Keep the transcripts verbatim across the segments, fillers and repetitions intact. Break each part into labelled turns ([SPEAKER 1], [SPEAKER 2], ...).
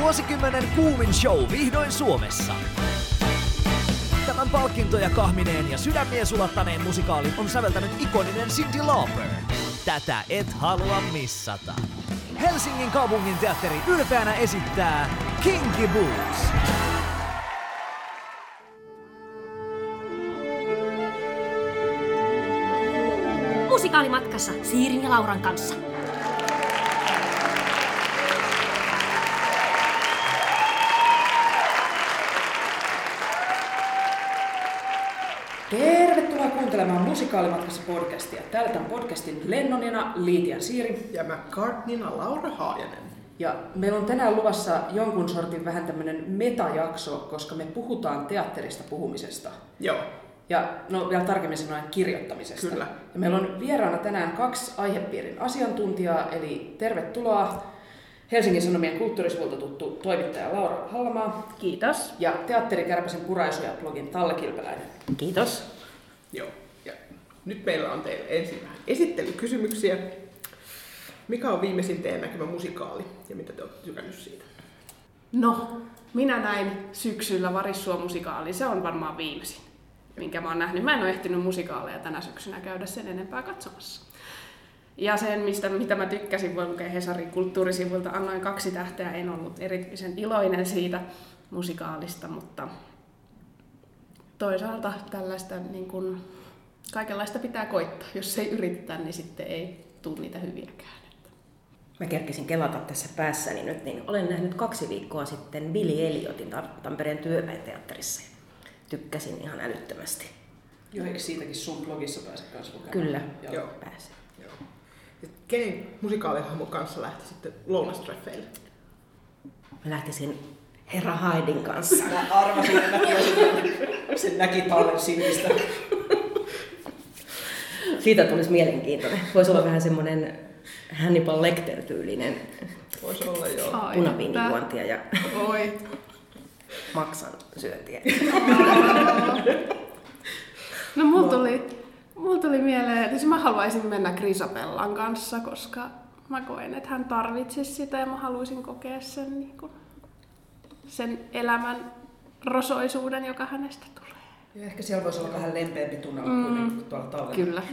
[SPEAKER 1] Vuosikymmenen kuumin show vihdoin Suomessa. Tämän palkintoja kahmineen ja sydämiä sulattaneen musikaalin on säveltänyt ikoninen Cyndi Lauper. Tätä et halua missata. Helsingin kaupungin teatteri ylpeänä esittää Kinky Boots.
[SPEAKER 2] Musikaalimatkassa Siirin ja Lauran kanssa.
[SPEAKER 3] Tervetuloa kuuntelemaan Musikaalimatkassa podcastia. Täällä tämän podcastin Lennonina Liitia Siiri
[SPEAKER 4] ja McCartneyna Laura Haajanen.
[SPEAKER 3] Ja meillä on tänään luvassa jonkun sortin vähän tämmönen metajakso, koska me puhutaan teatterista puhumisesta.
[SPEAKER 4] Joo.
[SPEAKER 3] Ja no vielä tarkemmin sanoen kirjoittamisesta.
[SPEAKER 4] Kyllä.
[SPEAKER 3] Ja meillä on vieraana tänään kaksi aihepiirin asiantuntijaa, eli tervetuloa Helsingin Sanomien kulttuurisivulta tuttu toimittaja Laura Hallamaa.
[SPEAKER 2] Kiitos.
[SPEAKER 3] Ja Teatterikärpäsen Puraisuja blogin Talle Kilpeläinen.
[SPEAKER 2] Kiitos.
[SPEAKER 4] Joo. Ja nyt meillä on teille ensin vähän esittelykysymyksiä. Mikä on viimeisin teidän näkemä musikaali ja mitä te olette tykännyt siitä?
[SPEAKER 5] No, minä näin syksyllä Varissua-musikaali. Se on varmaan viimeisin, minkä mä oon nähnyt. Mä en ole ehtinyt musikaaleja tänä syksynä käydä sen enempää katsomassa. Ja sen, mistä, mitä mä tykkäsin, voi lukea Hesarin kulttuurisivuilta, annoin kaksi tähteä. En ollut erityisen iloinen siitä musikaalista, mutta toisaalta tällaista niin kun, kaikenlaista pitää koittaa. Jos ei yritetä, niin sitten ei tule niitä hyviäkään.
[SPEAKER 6] Mä kerkesin kelata tässä päässäni nyt, niin olen nähnyt kaksi viikkoa sitten Billy Elliotin Tampereen Työväenteatterissa. Tykkäsin ihan älyttömästi.
[SPEAKER 3] Joo, eikö siitäkin sun blogissa pääse kanssa lukemaan?
[SPEAKER 6] Kyllä,
[SPEAKER 3] Joo.
[SPEAKER 6] Joo. pääsin.
[SPEAKER 4] Joo. Ja kenen musikaalihahmon kanssa lähti sitten lounastreffeille?
[SPEAKER 6] Mä lähtisin Herra Haidin kanssa.
[SPEAKER 3] Mä arvasin, että näki sen, sen näki Tallen sinistä.
[SPEAKER 6] Siitä tulisi mielenkiintoinen. Voisi olla vähän semmoinen Hannibal Lecter-tyylinen
[SPEAKER 4] Voisi olla joo.
[SPEAKER 6] punaviinijuontia ja
[SPEAKER 5] Oi.
[SPEAKER 6] maksan syöntiä.
[SPEAKER 5] No mulla tuli, mulla tuli mieleen, että mä haluaisin mennä Grisabellan kanssa, koska mä koen, että hän tarvitsisi sitä ja mä haluaisin kokea sen, niin kuin, sen elämän rosoisuuden, joka hänestä tulee.
[SPEAKER 3] Ja ehkä siellä voisi olla vähän lempeämpi tunnelma mm. kuin tuolla Tallen.
[SPEAKER 5] Kyllä.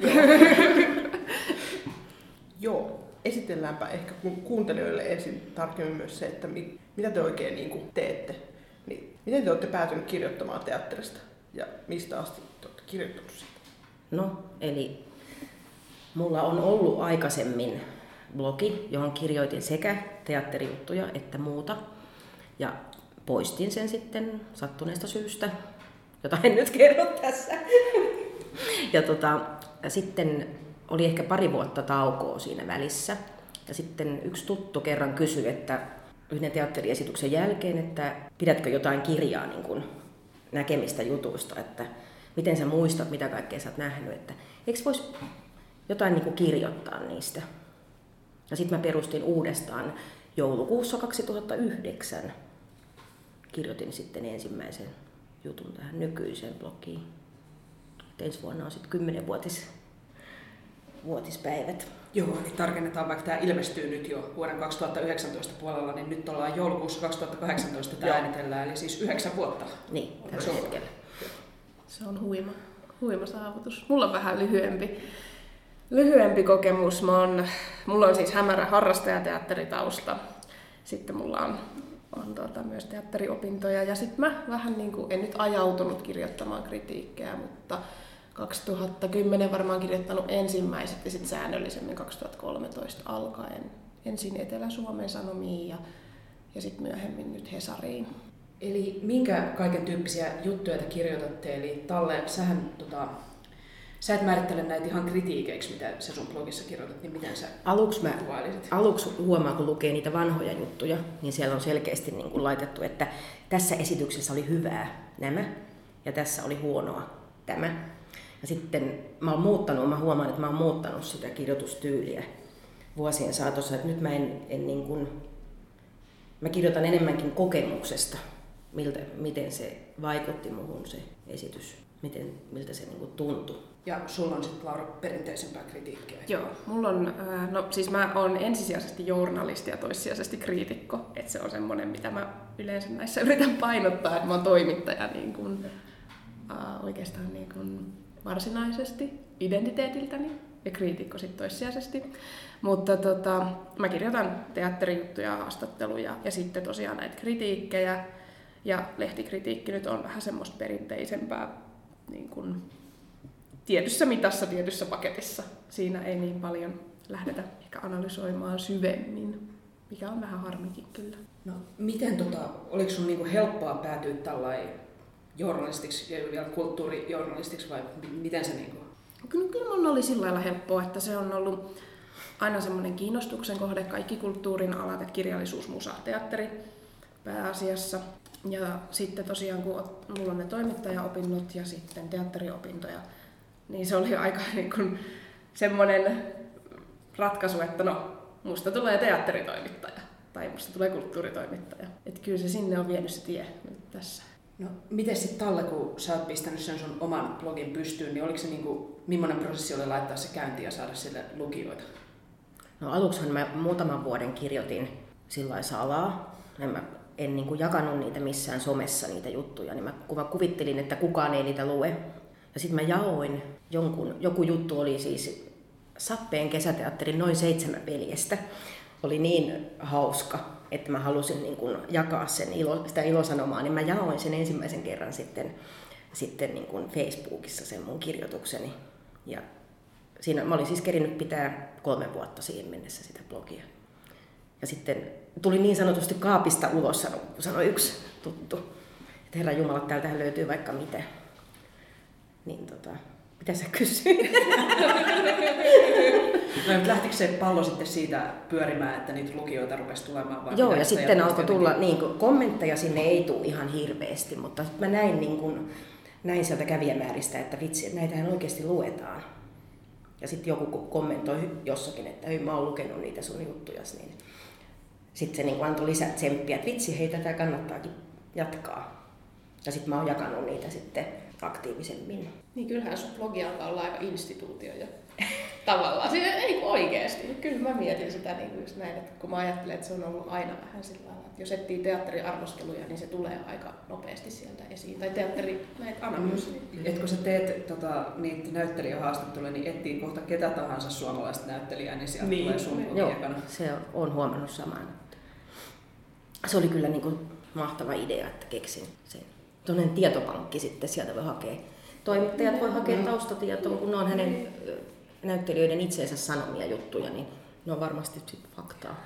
[SPEAKER 4] Joo. Esitelläänpä ehkä kuuntelijoille ensin tarkemmin myös se, että mi- mitä te oikein niin kuin teette. Niin, miten te olette päätyneet kirjoittamaan teatterista ja mistä asti te olette kirjoittanut siitä?
[SPEAKER 6] No, eli mulla on ollut aikaisemmin blogi, johon kirjoitin sekä teatterijuttuja että muuta. Ja poistin sen sitten sattuneesta syystä, jota en nyt kerro tässä. Ja tota, sitten oli ehkä pari vuotta taukoa siinä välissä. Ja sitten yksi tuttu kerran kysyi, että yhden teatteriesityksen jälkeen, että pidätkö jotain kirjaa niin kuin näkemistä jutuista, että miten sä muistat, mitä kaikkea sä oot nähnyt, että eikö vois jotain niin kuin kirjoittaa niistä. Ja sitten mä perustin uudestaan joulukuussa kaksituhattayhdeksän. Kirjoitin sitten ensimmäisen jutun tähän nykyiseen blogiin. Ensi vuonna on sitten kymmenvuotis vuotispäivät.
[SPEAKER 3] Joo, niin tarkennetaan, vaikka tämä ilmestyy nyt jo vuoden kaksituhattayhdeksäntoista puolella, niin nyt ollaan joulukuussa kaksituhattakahdeksantoista tämä äänitellään, eli siis yhdeksän vuotta.
[SPEAKER 6] Niin, tällä hetkellä.
[SPEAKER 5] Se on huima, huima saavutus. Mulla on vähän lyhyempi, lyhyempi kokemus. Mä on, mulla on siis hämärä harrastajateatteritausta. Sitten mulla on, on tuota, myös teatteriopintoja ja sitten mä vähän niin kuin, en nyt ajautunut kirjoittamaan kritiikkejä, mutta kaksituhattakymmenen varmaan kirjoittanut ensimmäiset ja sitten säännöllisemmin kaksituhattakolmetoista alkaen. Ensin Etelä-Suomen Sanomiin ja, ja sitten myöhemmin nyt Hesariin.
[SPEAKER 3] Eli minkä kaiken tyyppisiä juttuja te kirjoitatte? Eli Talle, sähän, tota, sä et määrittele näitä ihan kritiikeiksi, mitä sä sun blogissa kirjoitat, niin miten sä
[SPEAKER 6] aluksi mä,
[SPEAKER 3] kuvailisit?
[SPEAKER 6] Aluksi huomaa, kun lukee niitä vanhoja juttuja, niin siellä on selkeästi niin kuin laitettu, että tässä esityksessä oli hyvää nämä ja tässä oli huonoa tämä. Ja sitten mä oon muuttanut, mä huomaan, että mä oon muuttanut sitä kirjoitustyyliä vuosien saatossa, että nyt mä en, en niin kuin, mä kirjoitan enemmänkin kokemuksesta, miltä, miten se vaikutti muuhun se esitys. miten, miltä se niin kuin tuntui.
[SPEAKER 3] Ja sulla on sitten, Laura, perinteisempää kritiikkiä.
[SPEAKER 5] Joo, mulla on, no siis mä oon ensisijaisesti journalisti ja toissijaisesti kriitikko, että se on semmoinen, mitä mä yleensä näissä yritän painottaa, että mä oon toimittaja niin kuin, äh, oikeastaan niin kuin varsinaisesti identiteetiltäni ja kriitikko sitten toissijaisesti. Mutta tota, mä kirjoitan teatterijuttuja, haastatteluja ja sitten tosiaan näitä kritiikkejä. Ja lehtikritiikki nyt on vähän semmoista perinteisempää niin kuin tietyssä mitassa, tietyssä paketissa. Siinä ei niin paljon lähdetä ehkä analysoimaan syvemmin, mikä on vähän harmikin kyllä.
[SPEAKER 3] No, miten tota, oliko sun niinku helppoa päätyä tällainen journalistiksi ja vielä kulttuurijournalistiksi vai miten se niinku?
[SPEAKER 5] Kyllä, kyllä mun oli sillä lailla helppoa, että se on ollut aina semmoinen kiinnostuksen kohde, kaikki kulttuurin alat, että kirjallisuus, musa, teatteri pääasiassa. Ja sitten tosiaan kun mulla on ne toimittajaopinnot ja sitten teatteriopintoja, niin se oli aika niin kuin semmoinen ratkaisu, että no, musta tulee teatteritoimittaja tai musta tulee kulttuuritoimittaja. Että kyllä se sinne on vienyt se tie nyt tässä.
[SPEAKER 3] No, miten sitten Talle, kun sä oot pistänyt sen sun oman blogin pystyyn, niin oliko se niinku, millainen prosessi oli laittaa se käyntiin ja saada sille lukijoita?
[SPEAKER 6] No aluksihan mä muutaman vuoden kirjoitin sillä salaa. En, mä, en niin kuin jakanut niitä missään somessa niitä juttuja, niin mä kuvittelin, että kukaan ei niitä lue. Ja sitten mä jaoin jonkun, joku juttu oli siis Sappeen kesäteatterin Noin seitsemän veljestä. Oli niin hauska, että mä halusin niin kuin jakaa sen ilo, sitä ilosanomaa, niin mä jaoin sen ensimmäisen kerran sitten, sitten niin kuin Facebookissa sen mun kirjoitukseni. Ja siinä mä olin siis kerinyt pitää kolme vuotta siihen mennessä sitä blogia. Ja sitten tuli niin sanotusti kaapista ulos, sanoi, sanoi yksi tuttu, että herra Jumala, täältähän löytyy vaikka mitä. Niin tota, mitä sä kysyit?
[SPEAKER 3] No, lähtikö se pallo sitten siitä pyörimään, että niitä lukijoita rupesi tulemaan? Vai
[SPEAKER 6] Joo, ja sitten alkoi tulla, niin kuin, kommentteja sinne ei tule ihan hirveästi, mutta mä näin, niin kuin, näin sieltä kävijämääristä, että vitsi, että näitähän oikeasti luetaan. Ja sitten joku kommentoi jossakin, että hei, mä oon lukenut niitä sun juttujas, niin sitten se niin antoi lisää tsemppiä, että vitsi, hei, tätä kannattaakin jatkaa. Ja sitten mä oon jakanut niitä sitten aktiivisemmin.
[SPEAKER 5] Niin kyllähän sun blogi alkaa olla aika instituutio jo tavallaan. Siinä ei oikeasti. Kyllä mä mietin sitä niin kuin just näin, että kun mä ajattelen, että se on ollut aina vähän sillä lailla, että jos etsii teatteriarvosteluja, niin se tulee aika nopeasti sieltä esiin. Tai teatteri näitä analyysiä.
[SPEAKER 3] Mm. Et kun sä teet tota, niitä näyttelijähaastatteluja, niin etsii kohta ketä tahansa suomalaista näyttelijää, niin sieltä niin tulee sun blogi ekana.
[SPEAKER 6] Se on huomannut saman. Se oli kyllä niin kuin mahtava idea, että keksin sen. Tuollainen tietopankki sitten, sieltä voi hakea. Toimittajat voi hakea taustatietoa, kun ne on hänen näyttelijöiden itseensä sanomia juttuja, niin ne on varmasti sitten faktaa.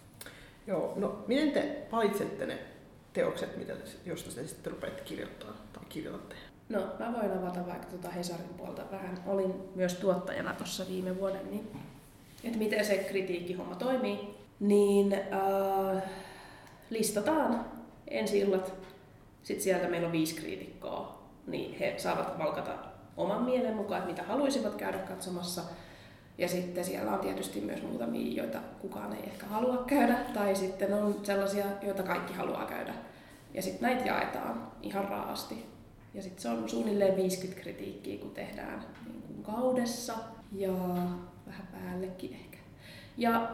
[SPEAKER 4] Joo, no miten te valitsette ne teokset, mitä te, josta te sitten rupeatte kirjoittamaan tai kirjoitatte?
[SPEAKER 5] No mä voin avata vaikka tuota Hesarin puolta vähän. Olin myös tuottajana tuossa viime vuoden, niin että miten se kritiikkihomma toimii. Niin äh, listataan ensi-illat. Sitten sieltä meillä on viisi kriitikkoa, niin he saavat valkata oman mielen mukaan, että mitä haluaisivat käydä katsomassa. Ja sitten siellä on tietysti myös muutamia, joita kukaan ei ehkä halua käydä, tai sitten on sellaisia, joita kaikki haluaa käydä. Ja sitten näitä jaetaan ihan raasti. Ja sitten se on suunnilleen viisikymmentä kritiikkiä, kun tehdään niin kuin kaudessa ja vähän päällekin ehkä. Ja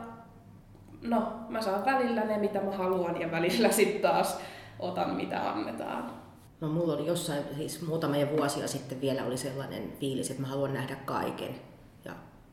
[SPEAKER 5] no, mä saan välillä ne, mitä mä haluan, ja välillä sitten taas otan, mitä annetaan.
[SPEAKER 6] No mulla oli jossain, siis muutamia vuosia sitten vielä oli sellainen fiilis, että mä haluan nähdä kaiken. Ja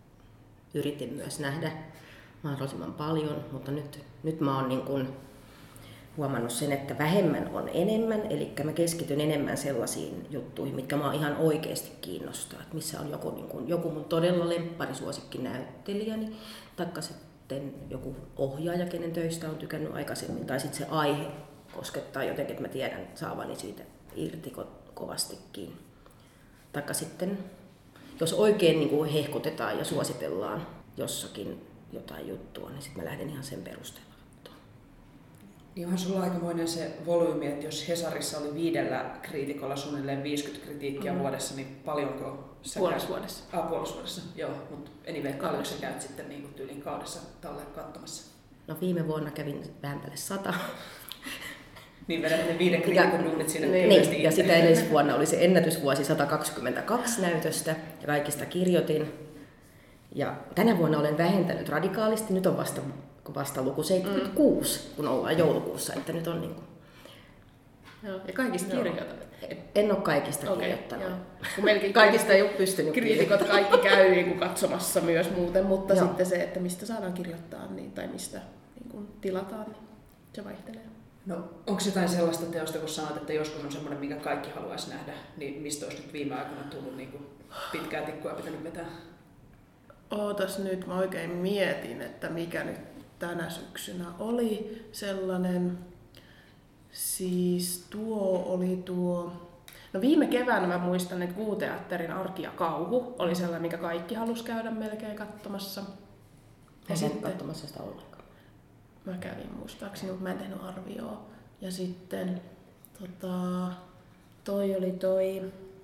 [SPEAKER 6] yritin myös nähdä mahdollisimman paljon, mutta nyt, nyt mä oon niin kuin huomannut sen, että vähemmän on enemmän, eli mä keskityn enemmän sellaisiin juttuihin, mitkä mä ihan oikeasti kiinnostaa. Että missä on joku, niin kuin, joku mun todella lempparisuosikki näyttelijäni, taikka sitten joku ohjaaja, kenen töistä on tykännyt aikaisemmin, tai sitten se aihe koskettaa jotenkin, että mä tiedän saavani siitä irti ko- kovastikin. Taikka sitten, jos oikein niin kuin hehkutetaan ja suositellaan jossakin jotain juttua, niin sitten mä lähden ihan sen perusteella katsomaan.
[SPEAKER 3] Niin onhan sulla aikamoinen se volyymi, että jos Hesarissa oli viidellä kriitikolla suunnilleen viisikymmentä kritiikkiä mm. vuodessa, niin paljonko sä
[SPEAKER 5] Puolessa vuodessa.
[SPEAKER 3] Ah, puolessa vuodessa, joo. Mutta anyway, paljonko sä käyt sitten niin kuin tyylin kaudessa Talle katsomassa?
[SPEAKER 6] No viime vuonna kävin vähän päälle sata.
[SPEAKER 3] Niin vedät ne viiden kriitikon duunit siinä
[SPEAKER 6] niin,
[SPEAKER 3] niin,
[SPEAKER 6] ja sitä edellisvuonna oli se ennätysvuosi sata kaksikymmentäkaksi näytöstä ja kaikista kirjoitin. Ja tänä vuonna olen vähentänyt radikaalisti, nyt on vasta, vasta luku seitsemänkymmentäkuusi, mm. kun ollaan joulukuussa, että nyt on niin kuin...
[SPEAKER 5] Joo, ja kaikista kirjoitat?
[SPEAKER 6] En ole kaikista
[SPEAKER 5] okay,
[SPEAKER 6] kirjoittanut.
[SPEAKER 5] Kun melkein
[SPEAKER 6] kaikista ei ole pystynyt
[SPEAKER 5] kriitikot kaikki käy niin kuin katsomassa myös muuten, mutta joo. Sitten se, että mistä saadaan kirjoittaa niin, tai mistä niin kuin tilataan, niin se vaihtelee.
[SPEAKER 3] No, onko jotain sellaista teosta, kun sanot, että joskus on semmoinen, minkä kaikki haluaisi nähdä, niin mistä olisi nyt viime aikoina tullut niin kuin pitkää tikkua pitänyt vetää?
[SPEAKER 5] Ootas nyt, mä oikein mietin, että mikä nyt tänä syksynä oli sellainen. Siis tuo oli tuo... No viime keväänä mä muistan, että Q-teatterin Arki ja kauhu oli sellainen, mikä kaikki halusi käydä melkein katsomassa.
[SPEAKER 6] Ja sitten katsomassa sitä ollenkaan.
[SPEAKER 5] Mä kävin muistaakseni, mutta mä en tehnyt arvioa. Ja sitten tota, toi oli toi...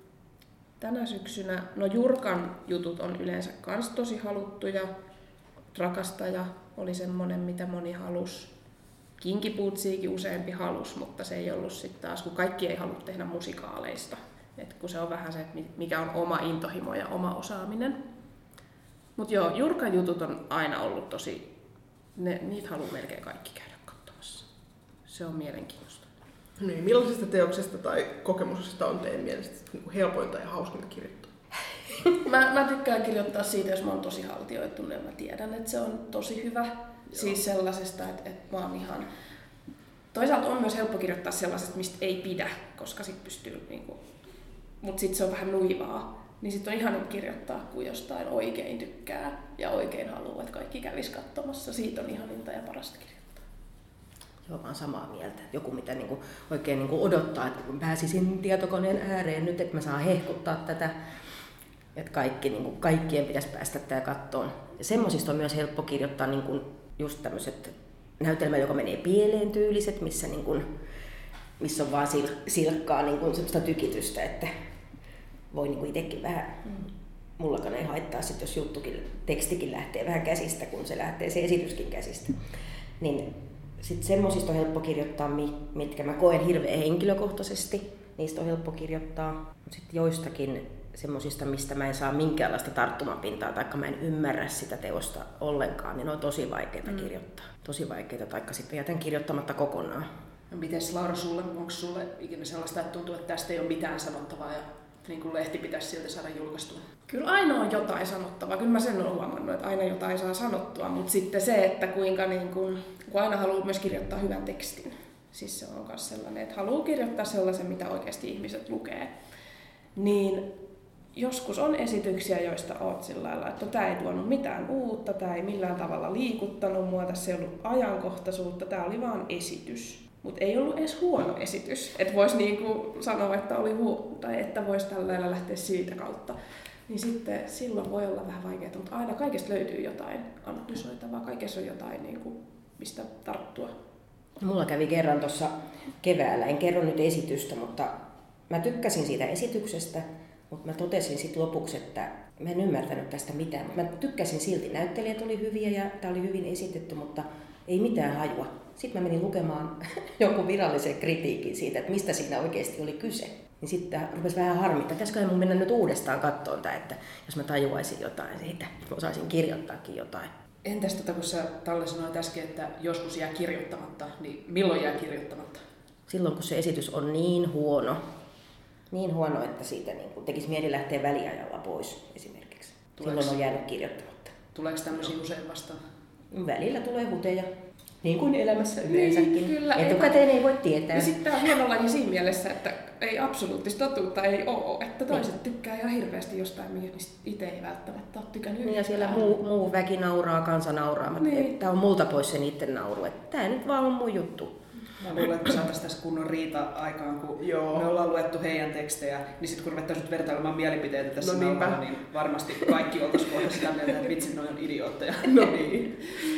[SPEAKER 5] Tänä syksynä, no Jurkan jutut on yleensä kans tosi haluttuja. Rakastaja oli semmonen, mitä moni halusi. Kinkipuutsiikin useampi halus, mutta se ei ollut sitten taas, kun kaikki ei halua tehdä musikaaleista. Et kun se on vähän se, että mikä on oma intohimo ja oma osaaminen. Mutta joo, Jurkan jutut on aina ollut tosi, ne, niitä haluaa melkein kaikki käydä katsomassa. Se on mielenkiintoista.
[SPEAKER 4] Niin, millaisesta teoksesta tai kokemuksesta on teidän mielestä helpointa ja hauskinta kirjoittaa?
[SPEAKER 5] mä, mä tykkään kirjoittaa siitä, jos mä oon tosi haltioitunut ja mä tiedän, että se on tosi hyvä. Joo. Siis sellaisesta, että, että mä oon ihan... Toisaalta on myös helppo kirjoittaa sellaisesta, mistä ei pidä, koska sit pystyy niinku... Mut sit se on vähän nuivaa. Niin sit on ihan kirjoittaa, kun jostain oikein tykkää ja oikein haluaa, että kaikki kävis katsomassa. Siitä on ihaninta ja parasta kirjoittaa.
[SPEAKER 6] Joo, mä oon samaa mieltä. Joku, mitä niinku oikein niinku odottaa, että kun pääsisin tietokoneen ääreen nyt, että mä saan hehkuttaa tätä. Että kaikki, niinku, kaikkien pitäisi päästä tää kattoon. Ja semmosista on myös helppo kirjoittaa niinku, just tämmöiset näytelmät, joka menee pieleen tyyliset, missä, niinku, missä on vaan sil, silkkaa niinku, semmoista tykitystä, että voi niinku itsekin vähän, mm. mullakaan ei haittaa sit, jos juttukin, tekstikin lähtee vähän käsistä, kun se lähtee se esityskin käsistä. Niin sit semmosista on helppo kirjoittaa, mitkä mä koen hirveän henkilökohtaisesti, niistä on helppo kirjoittaa. Mut sit joistakin semmosista, mistä mä en saa minkäänlaista tarttumapintaa tai mä en ymmärrä sitä teosta ollenkaan, niin ne on tosi vaikeita mm. kirjoittaa. Tosi vaikeita, taikka sitten jätän kirjoittamatta kokonaan.
[SPEAKER 3] No mites Laura sulle, onko sulle ikinä sellaista, että tuntuu, että tästä ei ole mitään sanottavaa ja niin kuin lehti pitäisi silti saada julkaistua?
[SPEAKER 5] Kyllä aina on jotain sanottavaa. Kyllä mä sen olen huomannut, että aina jotain saa sanottua, mutta sitten se, että kuinka niin kuin, kun aina haluaa myös kirjoittaa hyvän tekstin. Siis se on myös sellainen, että haluaa kirjoittaa sellaisen, mitä oikeasti ihmiset lukee. Niin joskus on esityksiä, joista oot sillä lailla, että tämä ei tuonut mitään uutta, tämä ei millään tavalla liikuttanut mua, tässä ei ollut ajankohtaisuutta, tämä oli vaan esitys. Mutta ei ollut edes huono esitys, että voisi niinku sanoa, että oli huono, tai että voisi tällä lailla lähteä siitä kautta. Niin sitten silloin voi olla vähän vaikeaa, mutta aina kaikesta löytyy jotain analysoitavaa, kaikessa on jotain, niinku, mistä tarttua.
[SPEAKER 6] Mulla kävi kerran tuossa keväällä, en kerro nyt esitystä, mutta mä tykkäsin siitä esityksestä. Mutta mä totesin sitten lopuksi, että mä en ymmärtänyt tästä mitään. Mä tykkäsin silti, näyttelijät oli hyviä ja tää oli hyvin esitetty, mutta ei mitään hajua. Sitten mä menin lukemaan jonkun virallisen kritiikin siitä, että mistä siinä oikeasti oli kyse. Niin sitten rupesi vähän harmittaa, pitäisikö mun mennä nyt uudestaan katsomaan tää, että jos mä tajuaisin jotain siitä, että mä osaisin kirjoittaakin jotain.
[SPEAKER 3] Entäs tota, kun sä Talle sanoit äsken, että joskus jää kirjoittamatta, niin milloin jää kirjoittamatta?
[SPEAKER 6] Silloin kun se esitys on niin huono, Niin huono, että siitä niin kun tekisi mieli lähteä väliajalla pois esimerkiksi. Tuleeko, silloin on jäänyt kirjoittamatta.
[SPEAKER 3] Tuleeko tämmöisiä usein vastaan?
[SPEAKER 6] Välillä tulee huteja. Niin kuin elämässä yleensäkin.
[SPEAKER 5] Niin, kyllä.
[SPEAKER 6] Etukäteen ei voi tietää.
[SPEAKER 5] Ja sitten tämä on hieno laji siinä mielessä, että ei absoluuttista totuutta ei ole. Että toiset niin. tykkää ihan hirveästi jostain, mistä itse ei välttämättä ole tykännyt.
[SPEAKER 6] Niin ja siellä muu, muu väki nauraa, kansa nauraa. Niin. Tämä on multa pois se niiden nauru. Tämä nyt vaan on mun juttu.
[SPEAKER 3] Mä luulen, että me saataisiin tässä kunnon riita-aikaan, kun Joo. me ollaan luettu heidän tekstejä, niin sitten kun ruvettaisiin nyt vertailemaan mielipiteitä tässä no nauralla, niin varmasti kaikki oltaisiin kohta sitä mieltä, että vitsi, noi on idiootteja. No niin.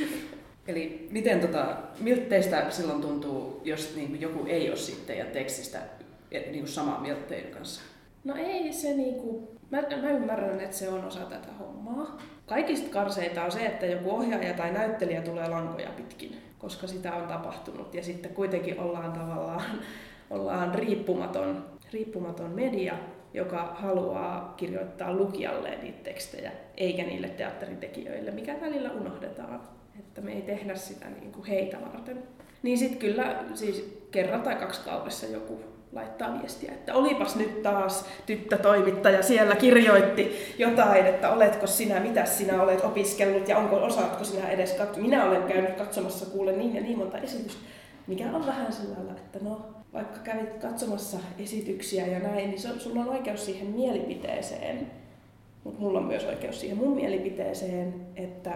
[SPEAKER 3] Eli miten tota, miltä teistä silloin tuntuu, jos niin joku ei ole sitten ja tekstistä niin samaa mieltä teidän kanssa?
[SPEAKER 5] No ei se niinku, mä, mä ymmärrän, että se on osa tätä hommaa. Kaikista karseinta on se, että joku ohjaaja tai näyttelijä tulee lankoja pitkin, koska sitä on tapahtunut. Ja sitten kuitenkin ollaan tavallaan ollaan riippumaton, riippumaton media, joka haluaa kirjoittaa lukijalleen niitä tekstejä, eikä niille teatterin tekijöille, mikä välillä unohdetaan, että me ei tehdä sitä niin kuin heitä varten. Niin sitten kyllä siis kerran tai kaksi kaudessa joku laittaa viestiä, että olipas nyt taas tyttötoimittaja siellä kirjoitti jotain, että oletko sinä, mitä sinä olet opiskellut ja onko, osaatko sinä edes katsoa. Minä olen käynyt katsomassa kuule niin ja niin monta esitystä, mikä on vähän sellainen, että no vaikka kävit katsomassa esityksiä ja näin, niin sulla on oikeus siihen mielipiteeseen, mutta mulla on myös oikeus siihen mun mielipiteeseen, että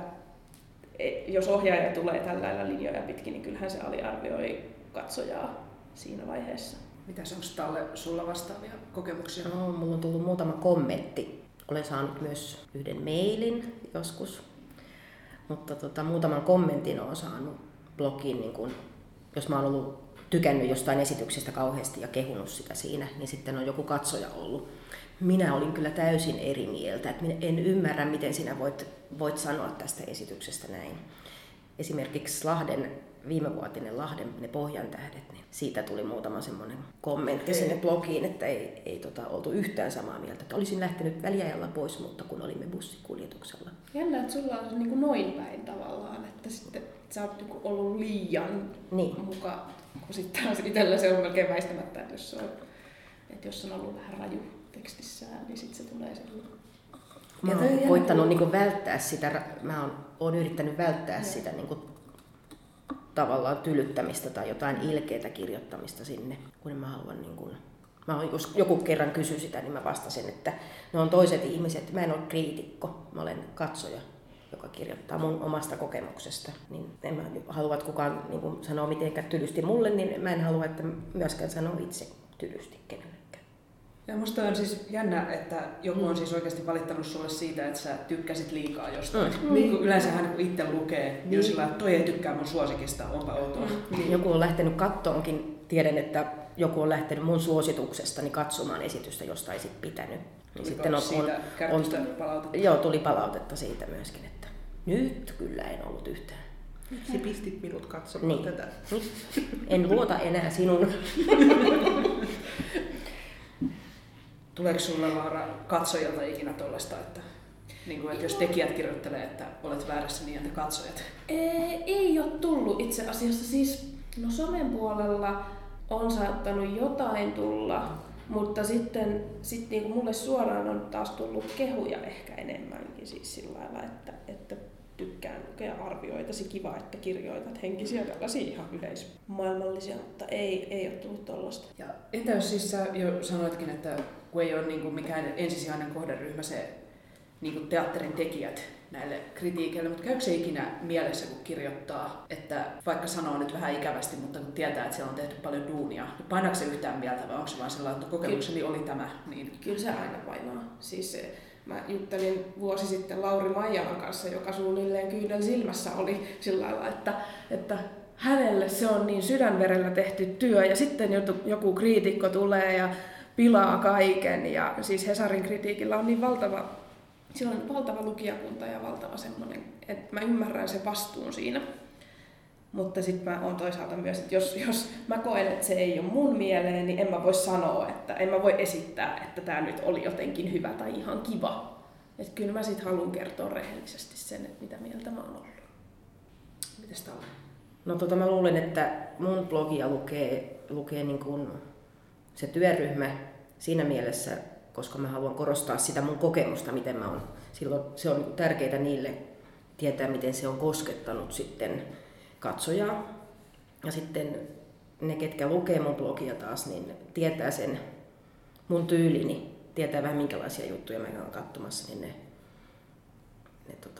[SPEAKER 5] jos ohjaaja tulee tällä lailla linjoja pitkin, niin kyllähän se aliarvioi katsojaa siinä vaiheessa.
[SPEAKER 3] Mitäs onko Talle sulla vastaavia kokemuksia?
[SPEAKER 6] No, mulla on tullut muutama kommentti. Olen saanut myös yhden mailin joskus, mutta tota, muutaman kommentin olen saanut blogiin, niin kun, jos mä oon ollut tykännyt jostain esityksestä kauheasti ja kehunut sitä siinä, niin sitten on joku katsoja ollut. Minä olin kyllä täysin eri mieltä, että en ymmärrä, miten sinä voit, voit sanoa tästä esityksestä näin. Esimerkiksi Lahden, viimevuotinen Lahden, ne Pohjantähdet, niin siitä tuli muutama semmoinen kommentti sinne blogiin, että ei, ei tota, oltu yhtään samaa mieltä. Että olisin lähtenyt väliajalla pois, mutta kun olimme bussikuljetuksella.
[SPEAKER 5] Jännä, että sulla on niin kuin noin päin tavallaan, että sitten sä oot niin kuin ollut liian
[SPEAKER 6] niin
[SPEAKER 5] mukaan, kun sitten taas itsellä se on melkein väistämättä, että jos on, että jos on ollut vähän raju tekstissään, niin sitten se tulee sellainen.
[SPEAKER 6] Mä oon koittanut niinku välttää sitä, mä oon, oon yrittänyt välttää ja. sitä niinku tavallaan tylyttämistä tai jotain ilkeätä kirjoittamista sinne, kun mä haluan niinku, mä oon, jos joku kerran kysyi sitä, niin mä vastasin, että ne on toiset ihmiset, mä en ole kriitikko, mä olen katsoja, joka kirjoittaa mun omasta kokemuksesta. Niin en mä halua, että kukaan niinku sanoo mitenkään tylysti mulle, niin mä en halua, että myöskään sanoo itse tylysti kenellekään.
[SPEAKER 3] Ja musta on siis jännä, että joku on siis oikeasti valittanut sulle siitä, että sä tykkäsit liikaa jostain. Mm. Niin. Yleensähän kun itse lukee, niin sillä että toi ei tykkää mun suosikista, onpa outoa.
[SPEAKER 6] Mm. Joku on lähtenyt kattoonkin, tiedän, että joku on lähtenyt mun suosituksestani katsomaan esitystä, josta ei sit pitänyt.
[SPEAKER 3] Niin sitten on, siitä on, on palautetta?
[SPEAKER 6] Joo, tuli palautetta siitä myöskin, että nyt kyllä en ollut yhtään.
[SPEAKER 4] Miksi pistit minut katsomaan
[SPEAKER 6] niin.
[SPEAKER 4] tätä?
[SPEAKER 6] En luota enää sinun.
[SPEAKER 3] Tuleeko sulla, Laura, katsojilta ikinä tollaista, että, niin kuin, että jos tekijät kirjoittelee, että olet väärässä, niin entä katsojat?
[SPEAKER 5] Ei, ei ole tullut itse asiassa. Siis, no somen puolella on saattanut jotain tulla, mutta sitten sit niin kuin mulle suoraan on taas tullut kehuja ehkä enemmänkin siis sillä lailla, että, että tykkään lukea arvioitasi, kiva, että kirjoitat henkisiä tällaisia ihan yleismaailmallisia, mutta ei, ei ole tullut tollaista.
[SPEAKER 3] Ja entä jos siis sä jo sanoitkin, että kun ei ole niin kuin mikään ensisijainen kohderyhmä se niin kuin teatterin tekijät näille kritiikeille, mutta käykö se ikinä mielessä, kun kirjoittaa, että vaikka sanoo nyt vähän ikävästi, mutta kun tietää, että siellä on tehty paljon duunia, niin painaako se yhtään mieltä vai onko se vaan sellainen, että kokemukseni oli tämä? Niin...
[SPEAKER 5] Kyllä se aina painaa. Siis se, mä juttelin vuosi sitten Lauri Maijalan kanssa, joka suunnilleen kyynel silmässä oli sillä lailla, että, että hänelle se on niin sydänverellä tehty työ ja sitten joku kriitikko tulee ja pilaa kaiken. Ja siis Hesarin kritiikillä on niin valtava, sillä on valtava lukijakunta ja valtava semmoinen, että mä ymmärrän sen vastuun siinä. Mutta sitten mä oon toisaalta myös, että jos, jos mä koen, että se ei ole mun mieleen, niin en mä voi sanoa, että en mä voi esittää, että tää nyt oli jotenkin hyvä tai ihan kiva. Että kyllä mä sit haluan kertoa rehellisesti sen, että mitä mieltä mä oon ollut.
[SPEAKER 3] Mites Talle?
[SPEAKER 6] No tota mä luulen, että mun blogia lukee, lukee niin kuin se työryhmä siinä mielessä, koska mä haluan korostaa sitä mun kokemusta, miten mä oon. Silloin se on tärkeää niille tietää, miten se on koskettanut sitten katsojaa. Ja sitten ne, ketkä lukee mun blogia taas, niin tietää sen mun tyylini, tietää vähän minkälaisia juttuja mä oon katsomassa, niin ne, ne tota...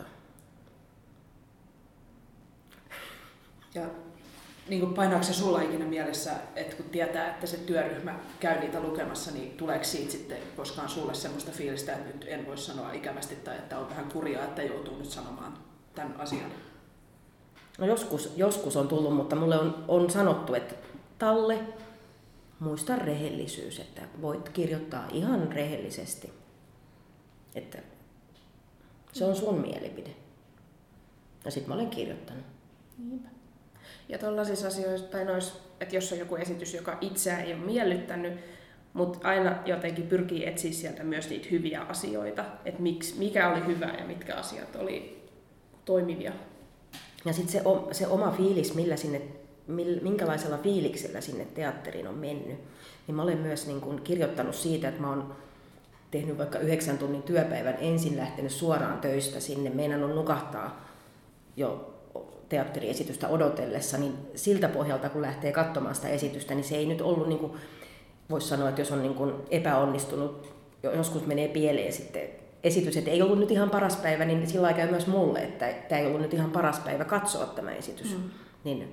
[SPEAKER 3] Ja niin kuin painaako se sulla ikinä mielessä, että kun tietää, että se työryhmä käy niitä lukemassa, niin tuleeko siitä sitten koskaan sulle semmoista fiilistä, että nyt en voi sanoa ikävästi tai että on vähän kurjaa, että joutuu nyt sanomaan tämän asian?
[SPEAKER 6] No joskus, joskus on tullut, mutta mulle on, on sanottu, että Talle, muista rehellisyys, että voit kirjoittaa ihan rehellisesti, että se on sun mielipide. Ja sit mä olen kirjoittanut.
[SPEAKER 5] Niinpä. Ja tollaisissa asioissa, tai nois, että jos on joku esitys, joka itseään ei ole miellyttänyt, mutta aina jotenkin pyrkii etsiä sieltä myös niitä hyviä asioita, että miksi, mikä oli hyvä ja mitkä asiat oli toimivia.
[SPEAKER 6] Ja sitten se, se oma fiilis, millä sinne, minkälaisella fiiliksellä sinne teatteriin on mennyt, niin mä olen myös niin kun kirjoittanut siitä, että mä oon tehnyt vaikka yhdeksän tunnin työpäivän, ensin lähtenyt suoraan töistä sinne, meinannut nukahtaa jo teatteriesitystä odotellessa, niin siltä pohjalta kun lähtee katsomaan sitä esitystä, niin se ei nyt ollut, niin kuin, voisi sanoa, että jos on niin kuin epäonnistunut, joskus menee pieleen sitten esitys, että ei ollut nyt ihan paras päivä, niin sillä käy myös mulle, että tämä ei ollut nyt ihan paras päivä katsoa tämä esitys. Mm. Niin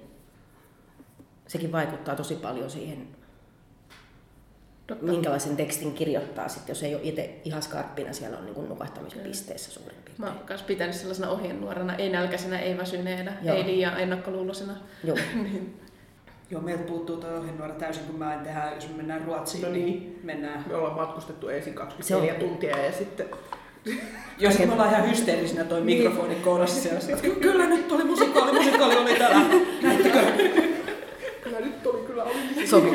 [SPEAKER 6] sekin vaikuttaa tosi paljon siihen, Totta. minkälaisen tekstin kirjoittaa, sit, jos ei ole itse ihan skarppina, siellä on niin kuin nukahtamispisteessä suurin piirtein.
[SPEAKER 5] Mä oon myös pitänyt sellaisena ohjenuorana, ei nälkäisenä, ei väsyneenä, Joo. ei liian ennakkoluulosena.
[SPEAKER 6] Joo.
[SPEAKER 5] niin.
[SPEAKER 3] Joo, meiltä puuttuu tuo ohjenuora täysin, kun mä en tehdä, jos me mennään Ruotsiin, no niin. niin mennään.
[SPEAKER 4] Me ollaan matkustettu ensin kaksikymmentäneljä tuntia ja sitten...
[SPEAKER 3] Jos me ollaan ihan hysteerisinä toi niin. mikrofoni kourassa siellä, että kyllä nyt tuli musikaali, musikaali oli täällä, näittekö?
[SPEAKER 4] Kyllä nyt tuli, kyllä oli.
[SPEAKER 6] Se, on,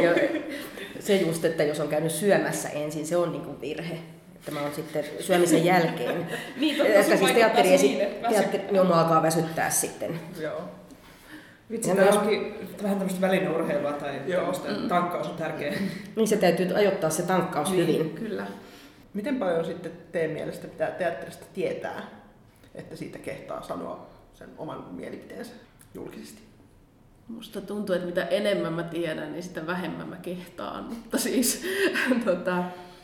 [SPEAKER 6] se just, että jos on käynyt syömässä ensin, se on niinku virhe. Että mä oon sitten syömisen jälkeen.
[SPEAKER 5] niin, totta, se
[SPEAKER 6] siis teatteri, teatteri, niin mun alkaa väsyttää sitten.
[SPEAKER 3] Joo. Vitsi, tämä olisikin vähän tämmöistä välineurheilua tai tämmöistä mm. tankkaus on tärkeä.
[SPEAKER 6] Niin se täytyy ajoittaa se tankkaus
[SPEAKER 5] niin,
[SPEAKER 6] hyvin.
[SPEAKER 5] Kyllä.
[SPEAKER 4] Miten paljon sitten teidän mielestä pitää teatterista tietää, että siitä kehtaa sanoa sen oman mielipiteensä julkisesti?
[SPEAKER 5] Musta tuntuu, että mitä enemmän mä tiedän, niin sitä vähemmän mä kehtaan. Mutta siis tota,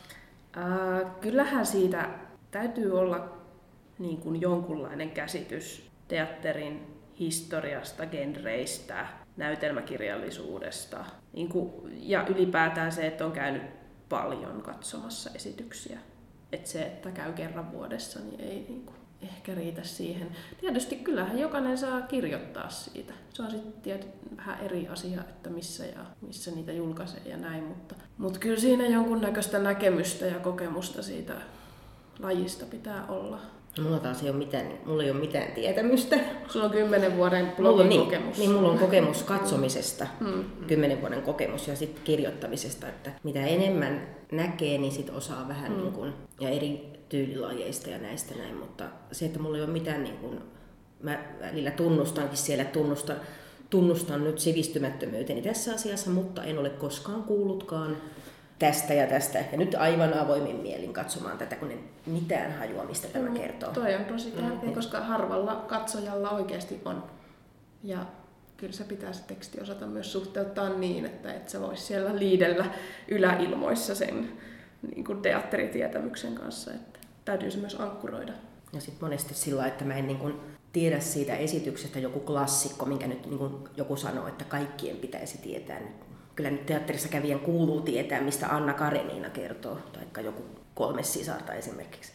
[SPEAKER 5] ää, kyllähän siitä täytyy olla niin kuin jonkunlainen käsitys teatterin historiasta, genreistä, näytelmäkirjallisuudesta niin kuin, ja ylipäätään se, että on käynyt paljon katsomassa esityksiä. Että se, että käy kerran vuodessa, niin ei niin kuin, ehkä riitä siihen. Tietysti kyllähän jokainen saa kirjoittaa siitä. Se on sitten vähän eri asia, että missä ja missä niitä julkaisee ja näin, mutta, mutta kyllä siinä jonkunnäköistä näkemystä ja kokemusta siitä lajista pitää olla.
[SPEAKER 6] Mulla taas ei ole mitään, mulla ei ole mitään tietämystä.
[SPEAKER 5] Sulla on kymmenen vuoden blogin
[SPEAKER 6] niin,
[SPEAKER 5] kokemus.
[SPEAKER 6] Niin, mulla on kokemus katsomisesta,
[SPEAKER 5] mm.
[SPEAKER 6] kymmenen vuoden kokemus ja sitten kirjoittamisesta, että mitä enemmän näkee, niin sit osaa vähän mm. niin kuin, ja eri tyylilajeista ja näistä näin, mutta se, että mulla ei ole mitään, niin kuin, mä välillä tunnustankin siellä, tunnustan, tunnustan nyt sivistymättömyyteni tässä asiassa, mutta en ole koskaan kuullutkaan tästä ja tästä. Ja nyt aivan avoimin mielin katsomaan tätä, kun en mitään hajua, mistä tämä
[SPEAKER 5] no,
[SPEAKER 6] kertoo.
[SPEAKER 5] Toi on tosi tärkeä, mm. koska harvalla katsojalla oikeasti on. Ja kyllä se pitää se teksti osata myös suhteuttaa niin, että et sä vois siellä liidellä yläilmoissa sen niin kuin teatteritietämyksen kanssa. Että täytyy se myös ankkuroida.
[SPEAKER 6] Ja sitten monesti sillä, että mä en niin kuin tiedä siitä esityksestä joku klassikko, minkä nyt niin kuin joku sanoo, että kaikkien pitäisi tietää nyt. Kyllä nyt teatterissa kävijän kuuluu tietää, mistä Anna Karenina kertoo, tai joku Kolme sisarta esimerkiksi.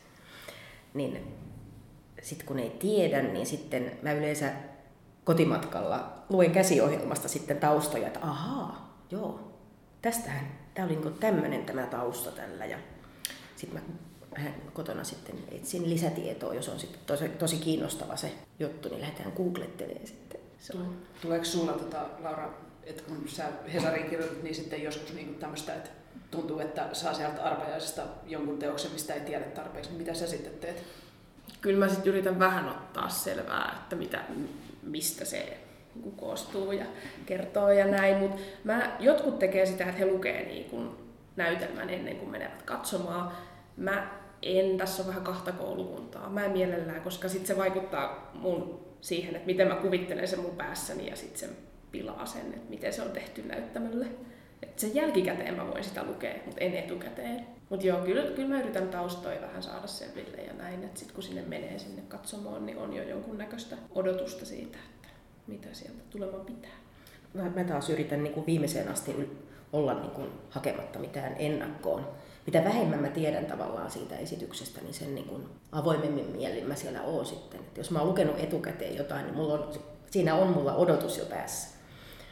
[SPEAKER 6] Niin sitten kun ei tiedä, niin sitten mä yleensä kotimatkalla luen käsiohjelmasta sitten taustoja, että ahaa, joo, tästähän, tää oli niin tämmöinen tämä tausta tällä. Ja sitten mä vähän kotona sitten etsin lisätietoa, jos on sitten tosi, tosi kiinnostava se juttu, niin lähdetään googlettelemaan sitten. Se on.
[SPEAKER 3] Tuleeko sulla, tota, Laura, että kun sä Hesariin kirjoitat, niin sitten joskus niin tämmöistä, että tuntuu, että saa sieltä arpajaisesta jonkun teoksen, mistä ei tiedä tarpeeksi, niin mitä sä sitten teet?
[SPEAKER 5] Kyllä mä sitten yritän vähän ottaa selvää, että mitä, mistä se niin koostuu ja kertoo ja näin, mutta jotkut tekee sitä, että he lukee niin kuin näytelmän ennen kuin menevät katsomaan. Mä en, tässä on vähän kahta koulukuntaa. Mä en mielellään, koska sitten se vaikuttaa mun siihen, että miten mä kuvittelen sen mun päässäni ja sitten se pilaa sen, että miten se on tehty näyttämölle. Että sen jälkikäteen mä voin sitä lukea, mutta en etukäteen. Mutta joo, kyllä, kyllä mä yritän taustoja vähän saada selville ja näin, että sitten kun sinne menee sinne katsomaan, niin on jo jonkunnäköistä odotusta siitä, että mitä sieltä tulemaan pitää.
[SPEAKER 6] Mä, mä taas yritän niin kuin viimeiseen asti olla niin kuin hakematta mitään ennakkoon. Mitä vähemmän mä tiedän tavallaan siitä esityksestä, niin sen niin kuin avoimemmin mielin mä siellä oon sitten. Et jos mä oon lukenut etukäteen jotain, niin mulla on, siinä on mulla odotus jo päässä.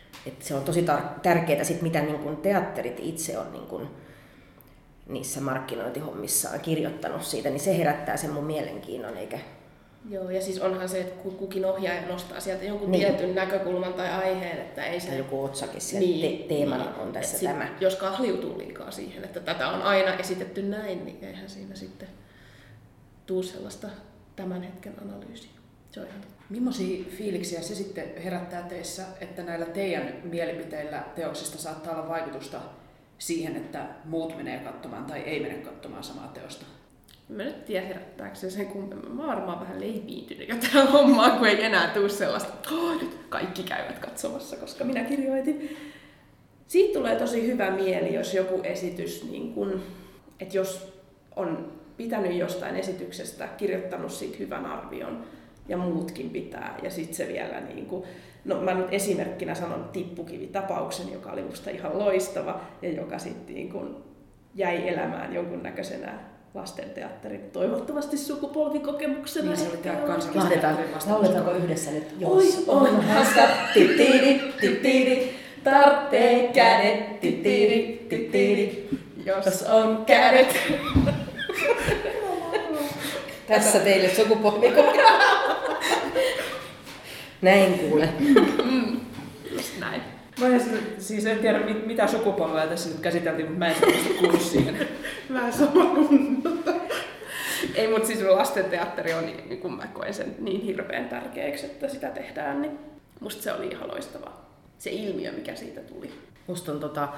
[SPEAKER 6] että se on tosi tar- tärkeää, sit, mitä niin kun teatterit itse on niin kun niissä markkinointihommissaan kirjoittanut siitä, niin se herättää sen mun mielenkiinnon, eikä...
[SPEAKER 5] Joo, ja siis onhan se, että kukin ohjaaja nostaa sieltä jonkun
[SPEAKER 6] niin.
[SPEAKER 5] tietyn näkökulman tai aiheen, että ei se...
[SPEAKER 6] joku otsakin siellä niin, te- teemana niin, on tässä tämä.
[SPEAKER 5] Sit, jos kahliutuu liikaa siihen, että tätä on aina esitetty näin, niin eihän siinä sitten tuu sellaista tämän hetken analyysiä. Se on ihan totta.
[SPEAKER 3] Millaisia fiiliksiä se sitten herättää teissä, että näillä teidän mielipiteillä teoksista saattaa olla vaikutusta siihen, että muut menee katsomaan tai ei mene katsomaan samaa teosta?
[SPEAKER 5] Mä nyt tiedä herättääkö se sen kummemmin. Mä oon varmaan vähän leipiintynyt jo tähän hommaan, kun ei enää tule sellaista, että oh, nyt kaikki käyvät katsomassa, koska minä kirjoitin. Siitä tulee tosi hyvä mieli, jos joku esitys, niin kun, että jos on pitänyt jostain esityksestä, kirjoittanut siitä hyvän arvion ja muutkin pitää, ja sitten se vielä, niin kun, no mä nyt esimerkkinä sanon Tippukivi-tapauksen, joka oli musta ihan loistava ja joka sitten niin kun jäi elämään jonkunnäköisenä lastenteatterin toivottavasti sukupolvikokemuksena.
[SPEAKER 3] Niin se oli tämä kansallisteatterin lasten.
[SPEAKER 6] Lauletaanko yhdessä nyt?
[SPEAKER 5] Ois onhan sitä tittiiri, tittiiri, tarttee kädet, tittiiri, tittiiri, jos on kädet.
[SPEAKER 6] Tässä teille sukupolvikokemus. Näin kuule.
[SPEAKER 5] Mm, just näin.
[SPEAKER 3] Mä en, siis en tiedä mitä sukupolvea tässä nyt käsiteltiin, mutta mä en selvästi kuulu siihen.
[SPEAKER 5] Mä sanon. Ei, mutta siis lastenteatteri on, niin kun mä koen sen niin hirveän tärkeäksi, että sitä tehdään, niin musta se oli ihan loistavaa. Se ilmiö, mikä siitä tuli.
[SPEAKER 6] Musta on tota,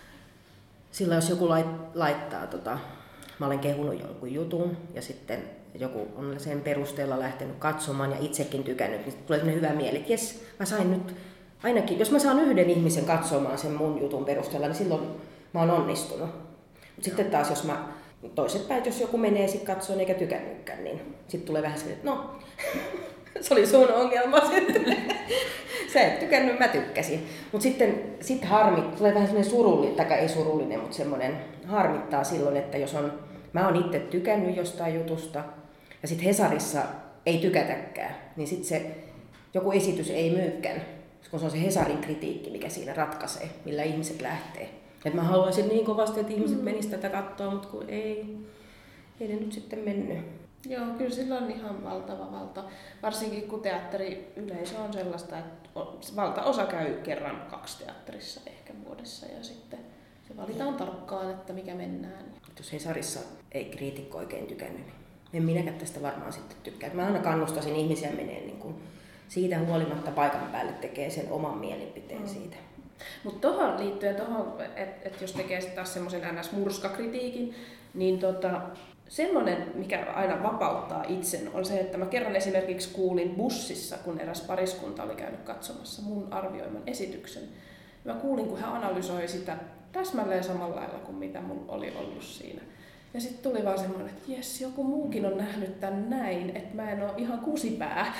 [SPEAKER 6] sillä jos joku lait, laittaa, tota, mä olen kehunut jonkun jutun ja sitten joku on sen perusteella lähtenyt katsomaan ja itsekin tykännyt, niin tulee sellainen hyvä mieli, että jes, mä sain nyt ainakin, jos mä saan yhden ihmisen katsomaan sen mun jutun perusteella, niin silloin mä oon onnistunut. Mut sitten taas, jos mä toisinpäin, jos joku menee sit katsomaan eikä tykännytkään, niin sitten tulee vähän sellainen, että no, se oli sun ongelma sitten. Sä et tykännyt, mä tykkäsin. Mutta sitten sit harmi, tulee vähän sellainen surullinen, tai ei surullinen, mutta semmoinen harmittaa silloin, että jos on, mä oon itse tykännyt jostain jutusta, ja sitten Hesarissa ei tykätäkään, niin sitten se joku esitys ei myykään. Kun se on se Hesarin kritiikki, mikä siinä ratkaisee, millä ihmiset lähtee. Et mä haluaisin niin kovasti, että ihmiset menisivät tätä katsoa, mutta kun ei, ei ne nyt sitten mennyt.
[SPEAKER 5] Joo, kyllä sillä on ihan valtava valta. Varsinkin kun teatteriyleisö on sellaista, että valtaosa käy kerran kaksi teatterissa ehkä vuodessa ja sitten se valitaan tarkkaan, että mikä mennään.
[SPEAKER 6] Jos Hesarissa ei kriitikko oikein tykännyt, niin en minäkään tästä varmaan sitten tykkää. Mä aina kannustaisin ihmisiä menee niin kuin siitä huolimatta paikan päälle tekee sen oman mielipiteen mm. siitä.
[SPEAKER 5] Mutta tuohon liittyen, että et jos tekee taas semmoisen N S-murskakritiikin, niin tota, semmoinen, mikä aina vapauttaa itsen, on se, että mä kerran esimerkiksi kuulin bussissa, kun eräs pariskunta oli käynyt katsomassa mun arvioiman esityksen. Mä kuulin, kun hän analysoi sitä täsmälleen samalla lailla kuin mitä mun oli ollut siinä. Ja sitten tuli vaan semmoinen, että jes, joku muukin on nähnyt tän näin, että mä en ole ihan kusipää.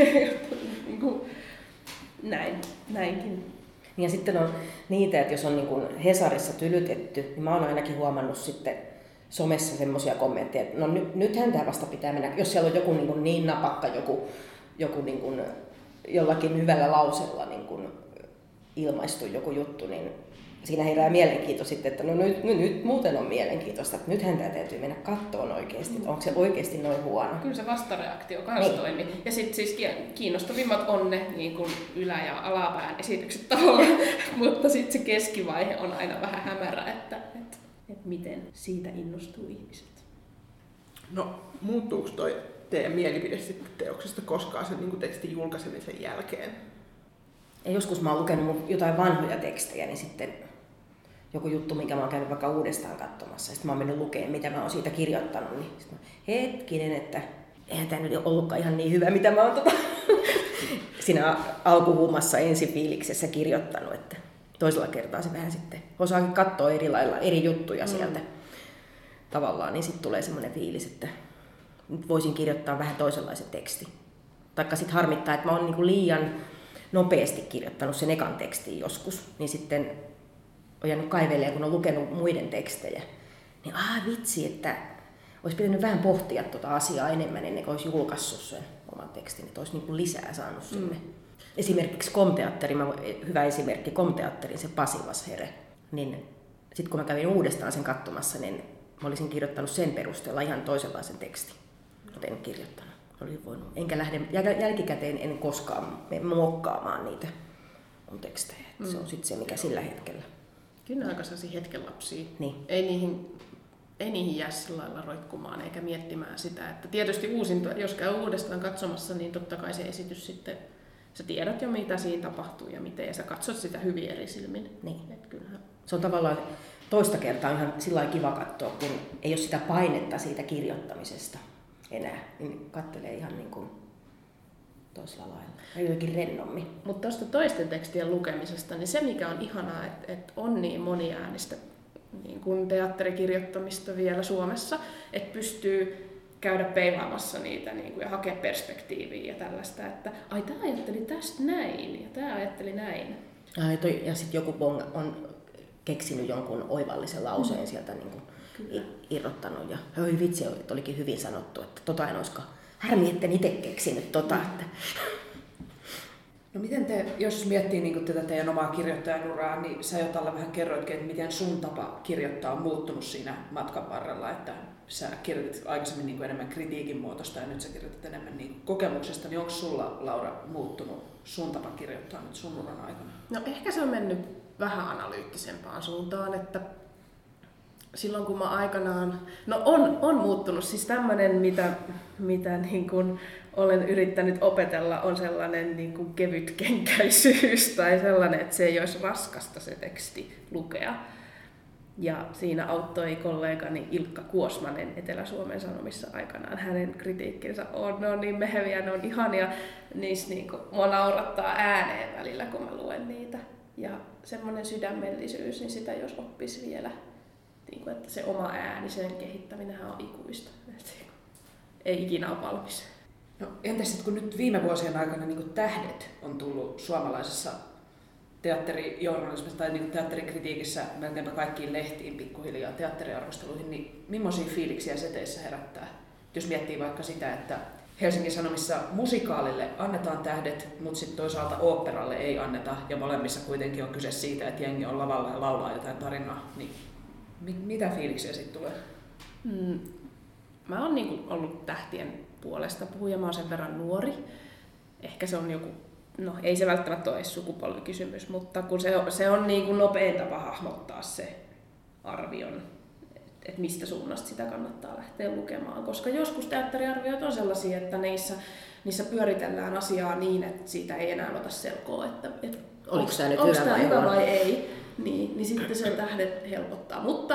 [SPEAKER 5] niin kuin, näin, näinkin.
[SPEAKER 6] Ja sitten on niitä, että jos on niin kuin Hesarissa tylytetty, niin mä oon ainakin huomannut sitten somessa semmoisia kommentteja, että no nyt, nythän tämä vasta pitää mennä. Jos siellä on joku niin, kuin niin napakka, joku, joku niin kuin jollakin hyvällä lausella niin kuin ilmaistu joku juttu, niin siinä herää mielenkiinto sitten, että no nyt, nyt, nyt muuten on mielenkiintoista, että nythän tämä täytyy mennä kattoon oikeasti, että onko se oikeasti noin huono.
[SPEAKER 5] Kyllä se vastareaktio kanssa niin toimi. Ja sitten siis kiinnostavimmat on ne niin kuin ylä- ja alapään esitykset tavallaan, mutta sitten se keskivaihe on aina vähän hämärä, että, että, että miten siitä innostuu ihmiset.
[SPEAKER 4] No, muuttuuko toi teidän mielipide sitten teoksesta koskaan sen niin tekstin julkaisemisen jälkeen?
[SPEAKER 6] Ja joskus mä oon lukenut jotain vanhoja tekstejä, niin sitten joku juttu, minkä mä oon käynyt vaikka uudestaan katsomassa, ja sitten mä oon mennyt lukemaan, mitä mä oon siitä kirjoittanut, niin sitten mä, hetkinen, että eihän tää nyt ollutkaan ihan niin hyvä, mitä mä oon tota siinä alkuhuumassa ensifiiliksessä kirjoittanut, että toisella kertaa se vähän sitten osaakin katsoa eri lailla eri juttuja sieltä mm. tavallaan, niin sitten tulee semmoinen fiilis, että nyt voisin kirjoittaa vähän toisenlaisen tekstin. Taikka sitten harmittaa, että mä oon niinku liian nopeasti kirjoittanut sen ekan tekstin joskus, niin sitten on jäänyt kaivelemaan, kun on lukenut muiden tekstejä, niin aah vitsi, että olisi pitänyt vähän pohtia tuota asiaa enemmän ennen kuin olisi julkaissut sen oman tekstin, että olisi niin kuin lisää saanut sinne. Mm. Esimerkiksi Komteatteri, hyvä esimerkki, Komteatterin se Pasilashere, niin sitten kun mä kävin uudestaan sen katsomassa, niin mä olisin kirjoittanut sen perusteella ihan toisenlaisen tekstin, mutta en kirjoittanut. Olin voinut. Enkä lähde jälkikäteen en koskaan muokkaamaan niitä mun tekstejä. Mm. Se on sitten se, mikä sillä hetkellä.
[SPEAKER 5] Kyllä aika sellaisia hetkenlapsia.
[SPEAKER 6] Niin.
[SPEAKER 5] Ei niihin, ei niihin jää sillä lailla roikkumaan eikä miettimään sitä. Että tietysti uusinta, jos käy uudestaan katsomassa, niin totta kai se esitys sitten, sä tiedät jo mitä siinä tapahtuu ja miten, ja sä katsot sitä hyvin eri silmin.
[SPEAKER 6] Niin.
[SPEAKER 5] Et kyllähän.
[SPEAKER 6] Se on tavallaan toista kertaa ihan sillä lailla kiva katsoa, kun ei ole sitä painetta siitä kirjoittamisesta enää, niin katselee ihan niin kuin toisella lailla. Ja jotenkin rennommin.
[SPEAKER 5] Mutta tuosta toisten tekstien lukemisesta, niin se mikä on ihanaa, että et on niin moniäänistä niin kuin teatterikirjoittamista vielä Suomessa, että pystyy käydä peilaamassa niitä niin kuin, ja hakea perspektiiviä ja tällaista, että ai tää ajatteli tästä näin ja tää ajatteli näin.
[SPEAKER 6] Ja, toi, ja sitten joku bong on keksinyt jonkun oivallisen lauseen mm. sieltä niin kuin irrottanut ja oi vitsi, että olikin hyvin sanottu, että tota en olisikaan. Harmi, etten itse keksinyt tota. Mm. Että.
[SPEAKER 3] No miten te, jos miettii niin tätä teidän omaa kirjoittajan uraa, niin sä Jotalla vähän kerroitkin, että miten sun tapa kirjoittaa on muuttunut siinä matkan varrella, että sä kirjoitit aikaisemmin niin enemmän kritiikin muotosta ja nyt sä kirjoitat enemmän niin kokemuksesta, niin onko sulla, Laura, muuttunut sun tapa kirjoittaa nyt sun uran aikana?
[SPEAKER 5] No ehkä se on mennyt vähän analyyttisempaan suuntaan, että silloin kun mä aikanaan, no on, on muuttunut, siis tämmöinen mitä, mitä niin kuin olen yrittänyt opetella on sellainen niin kuin kevytkenkäisyys tai sellainen, että se ei olisi raskasta se teksti lukea. Ja siinä auttoi kollegani Ilkka Kuosmanen Etelä-Suomen Sanomissa aikanaan. Hänen kritiikkinsä on, ne on niin meheviä, ne on ihania, niissä niin kuin, mua naurattaa ääneen välillä kun mä luen niitä. Ja semmoinen sydämellisyys, niin sitä jos oppisi vielä. Niin kuin, että se oma ääni, sen kehittäminen on ikuista. Ei ikinä ole valmis.
[SPEAKER 3] No, entäs sitten kun nyt viime vuosien aikana niin tähdet on tullut suomalaisessa teatterijournalismissa tai niin teatterikritiikissä melkeinpä kaikkiin lehtiin pikkuhiljaa teatteriarvosteluihin, niin millaisia fiiliksiä se teissä herättää? Jos miettii vaikka sitä, että Helsingin Sanomissa musikaalille annetaan tähdet, mutta sitten toisaalta oopperalle ei anneta ja molemmissa kuitenkin on kyse siitä, että jengi on lavalla ja laulaa jotain tarinaa, niin mitä fiiliksiä sitten tulee?
[SPEAKER 5] Mm. Mä oon niinku ollut tähtien puolesta puhuja, mä oon sen verran nuori. Ehkä se on joku, no ei se välttämättä ole edes sukupolvikysymys, mutta kun se on, se on niinku nopein tapa hahmottaa se arvion, että mistä suunnasta sitä kannattaa lähteä lukemaan. Koska joskus teatteriarviot on sellaisia, että niissä, niissä pyöritellään asiaa niin, että siitä ei enää ota selkoa, että, että
[SPEAKER 6] onko tämä nyt
[SPEAKER 5] hyvä vai, hyvä vai ei. Niin, niin sitten se tähdet helpottaa. Mutta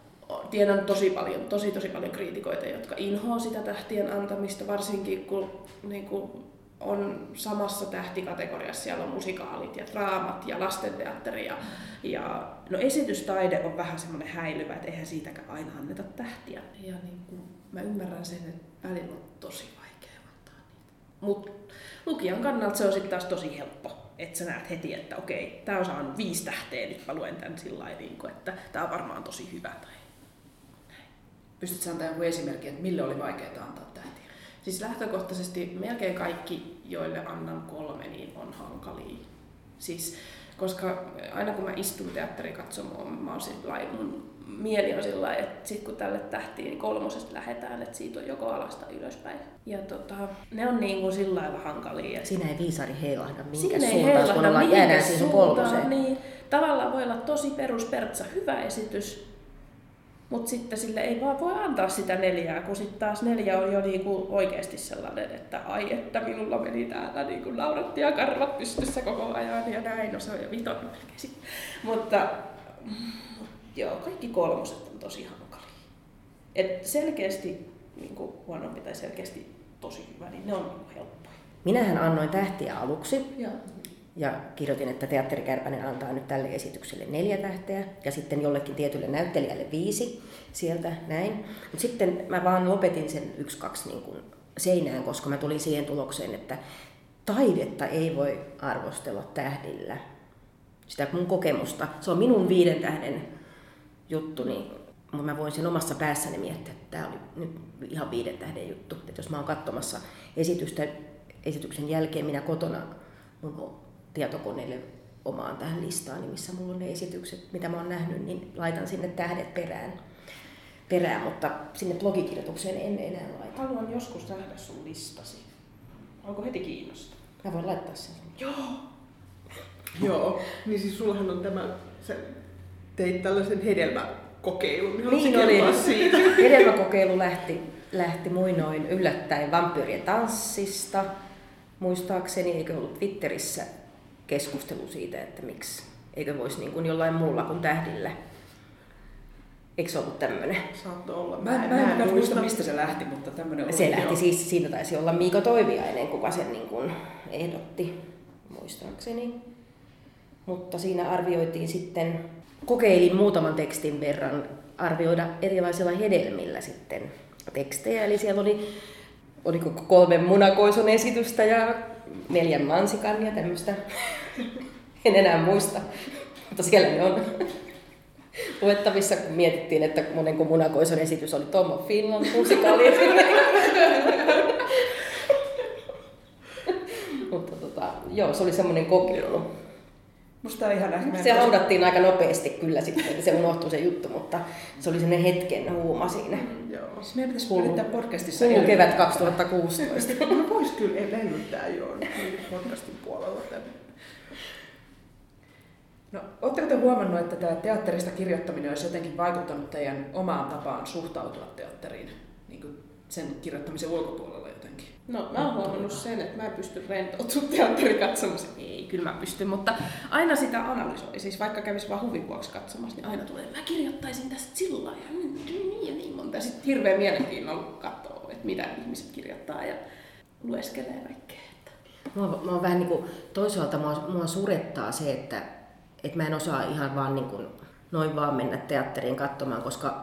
[SPEAKER 5] tiedän tosi paljon, tosi tosi paljon kriitikoita, jotka inhoaa sitä tähtien antamista, varsinkin kun niin kuin on samassa tähtikategoriassa, siellä on musikaalit ja draamat ja lastenteatteri ja, ja no esitystaide on vähän semmoinen häilyvä, että eihän siitäkään aina anneta tähtiä. Ja niin kuin mä ymmärrän sen, että välillä on tosi vaikea antaa niitä. Mutta lukijan kannalta se on sitten taas tosi helppo. Että sä näet heti, että okei, tää on saanut viisi tähteä, nyt mä luen tän sillä lailla, että tää on varmaan tosi hyvä. Tai näin.
[SPEAKER 3] Pystytkö antaa joku esimerkki, että mille oli vaikeaa antaa tähtiä?
[SPEAKER 5] Siis lähtökohtaisesti melkein kaikki, joille annan kolme, niin on hankalia. Siis, koska aina kun mä istun teatterikatsomoon, mä oon sillä lailla, mun mieli on sillä lailla, että sit kun tälle tähtiin niin kolmosesta lähdetään, että siitä on joko alasta ylöspäin. Ja tota, ne on niin kuin sillä lailla hankalia.
[SPEAKER 6] Siinä ei viisari heilahda minkä
[SPEAKER 5] Siinä
[SPEAKER 6] suuntaan, kun ollaan jäädään siihen kolmoseen.
[SPEAKER 5] Niin, tavallaan voi olla tosi peruspertsa hyvä esitys, mutta sitten sille ei vaan voi antaa sitä neljää, kun sitten taas neljä on jo niinku oikeasti sellainen, että ai että minulla meni täällä niinku nauratti ja karvat pystyssä koko ajan ja näin, no se on jo vitonen melkein. Mutta joo, kaikki kolmoset on tosi hankalia. Et selkeästi niinku huonompi tai selkeästi tosi hyvä, niin ne on niinku helppoja.
[SPEAKER 6] Minähän annoin tähtiä aluksi.
[SPEAKER 5] Ja.
[SPEAKER 6] Ja kirjoitin, että Teatteri Kärpänen antaa nyt tälle esitykselle neljä tähteä ja sitten jollekin tietylle näyttelijälle viisi sieltä näin. Mutta sitten mä vaan lopetin sen yksi, kaksi niin kuin seinään, koska mä tulin siihen tulokseen, että taidetta ei voi arvostella tähdillä. Sitä mun kokemusta. Se on minun viiden tähden juttu, niin, mutta mä voin sen omassa päässäni miettiä, että tämä oli nyt ihan viiden tähden juttu. Että jos mä oon katsomassa esitystä, esityksen jälkeen minä kotona mun tietokoneelle omaan tähän listaan, niin missä mulla on ne esitykset, mitä mä oon nähnyt, niin laitan sinne tähdet perään. perään mutta sinne blogikirjoitukseen en enää laita.
[SPEAKER 5] Haluan joskus nähdä sun listasi. Onko heti kiinnostaa?
[SPEAKER 6] Mä voin laittaa sen.
[SPEAKER 5] Joo!
[SPEAKER 4] Joo, niin siis sullahan on tämä, sä teit tällaisen hedelmäkokeilun, niin,
[SPEAKER 6] niin oli. Siitä. Hedelmäkokeilu lähti, lähti muinoin yllättäen vampyyrien tanssista. Muistaakseni eikö ollut Twitterissä keskustelu siitä, että miksi eikö voisi niin kuin jollain muulla kuin tähdillä. Eikö se ollut tämmöinen?
[SPEAKER 4] Saattoi olla.
[SPEAKER 3] Mä, mä, mä en muista, muista, mistä se lähti, mutta tämmöinen oli.
[SPEAKER 6] Se lähti siis, siitä taisi olla Miika Toiviainen, kuka sen niin kuin ehdotti, muistaakseni. Mutta siinä arvioitiin sitten, kokeilin muutaman tekstin verran arvioida erilaisilla hedelmillä sitten tekstejä. Eli siellä oli, oli kolme munakoison esitystä ja neljän mansikan ja tämmöistä. En enää muista, mutta siellä ne on luettavissa, kun mietittiin, että monen kuin munakoison esitys oli Tom of Finland musikaali. Mutta tota, joo, se oli semmoinen kokeilu.
[SPEAKER 3] Musta on ihan nähdä.
[SPEAKER 6] Se haudattiin aika nopeasti kyllä sitten, se unohtui se juttu, mutta se oli semmoinen hetken huuma siinä.
[SPEAKER 3] Mm, joo. Siis meidän pitäisi yrittää podcastissa.
[SPEAKER 6] Hullu kevät kaksituhattakuusitoista.
[SPEAKER 4] Mä vois kyllä lennyttää jo podcastin puolella.
[SPEAKER 3] No, ootteko te huomannut, että tämä teatterista kirjoittaminen olisi jotenkin vaikuttanut teidän omaan tapaan suhtautua teatteriin, niin kuin sen kirjoittamisen ulkopuolella jotenkin?
[SPEAKER 5] No, mä oon huomannut sen, että mä en pysty rentoutumaan teatterikatsomassa. Ei, kyllä mä pystyn, mutta aina sitä analysoi. Siis vaikka kävis vaan huvin vuoksi katsomassa, niin aina tulee, että mä kirjoittaisin tästä sillä ja niin ja niin monta. Ja sitten hirveän mielenkiinnolla katsoo, että mitä ihmiset kirjoittaa ja lueskelee kaikkea.
[SPEAKER 6] Mua, mä oon vähän niin kuin, toisaalta mua, mua surettaa se, että että mä en osaa ihan vaan niin kuin noin vaan mennä teatteriin katsomaan, koska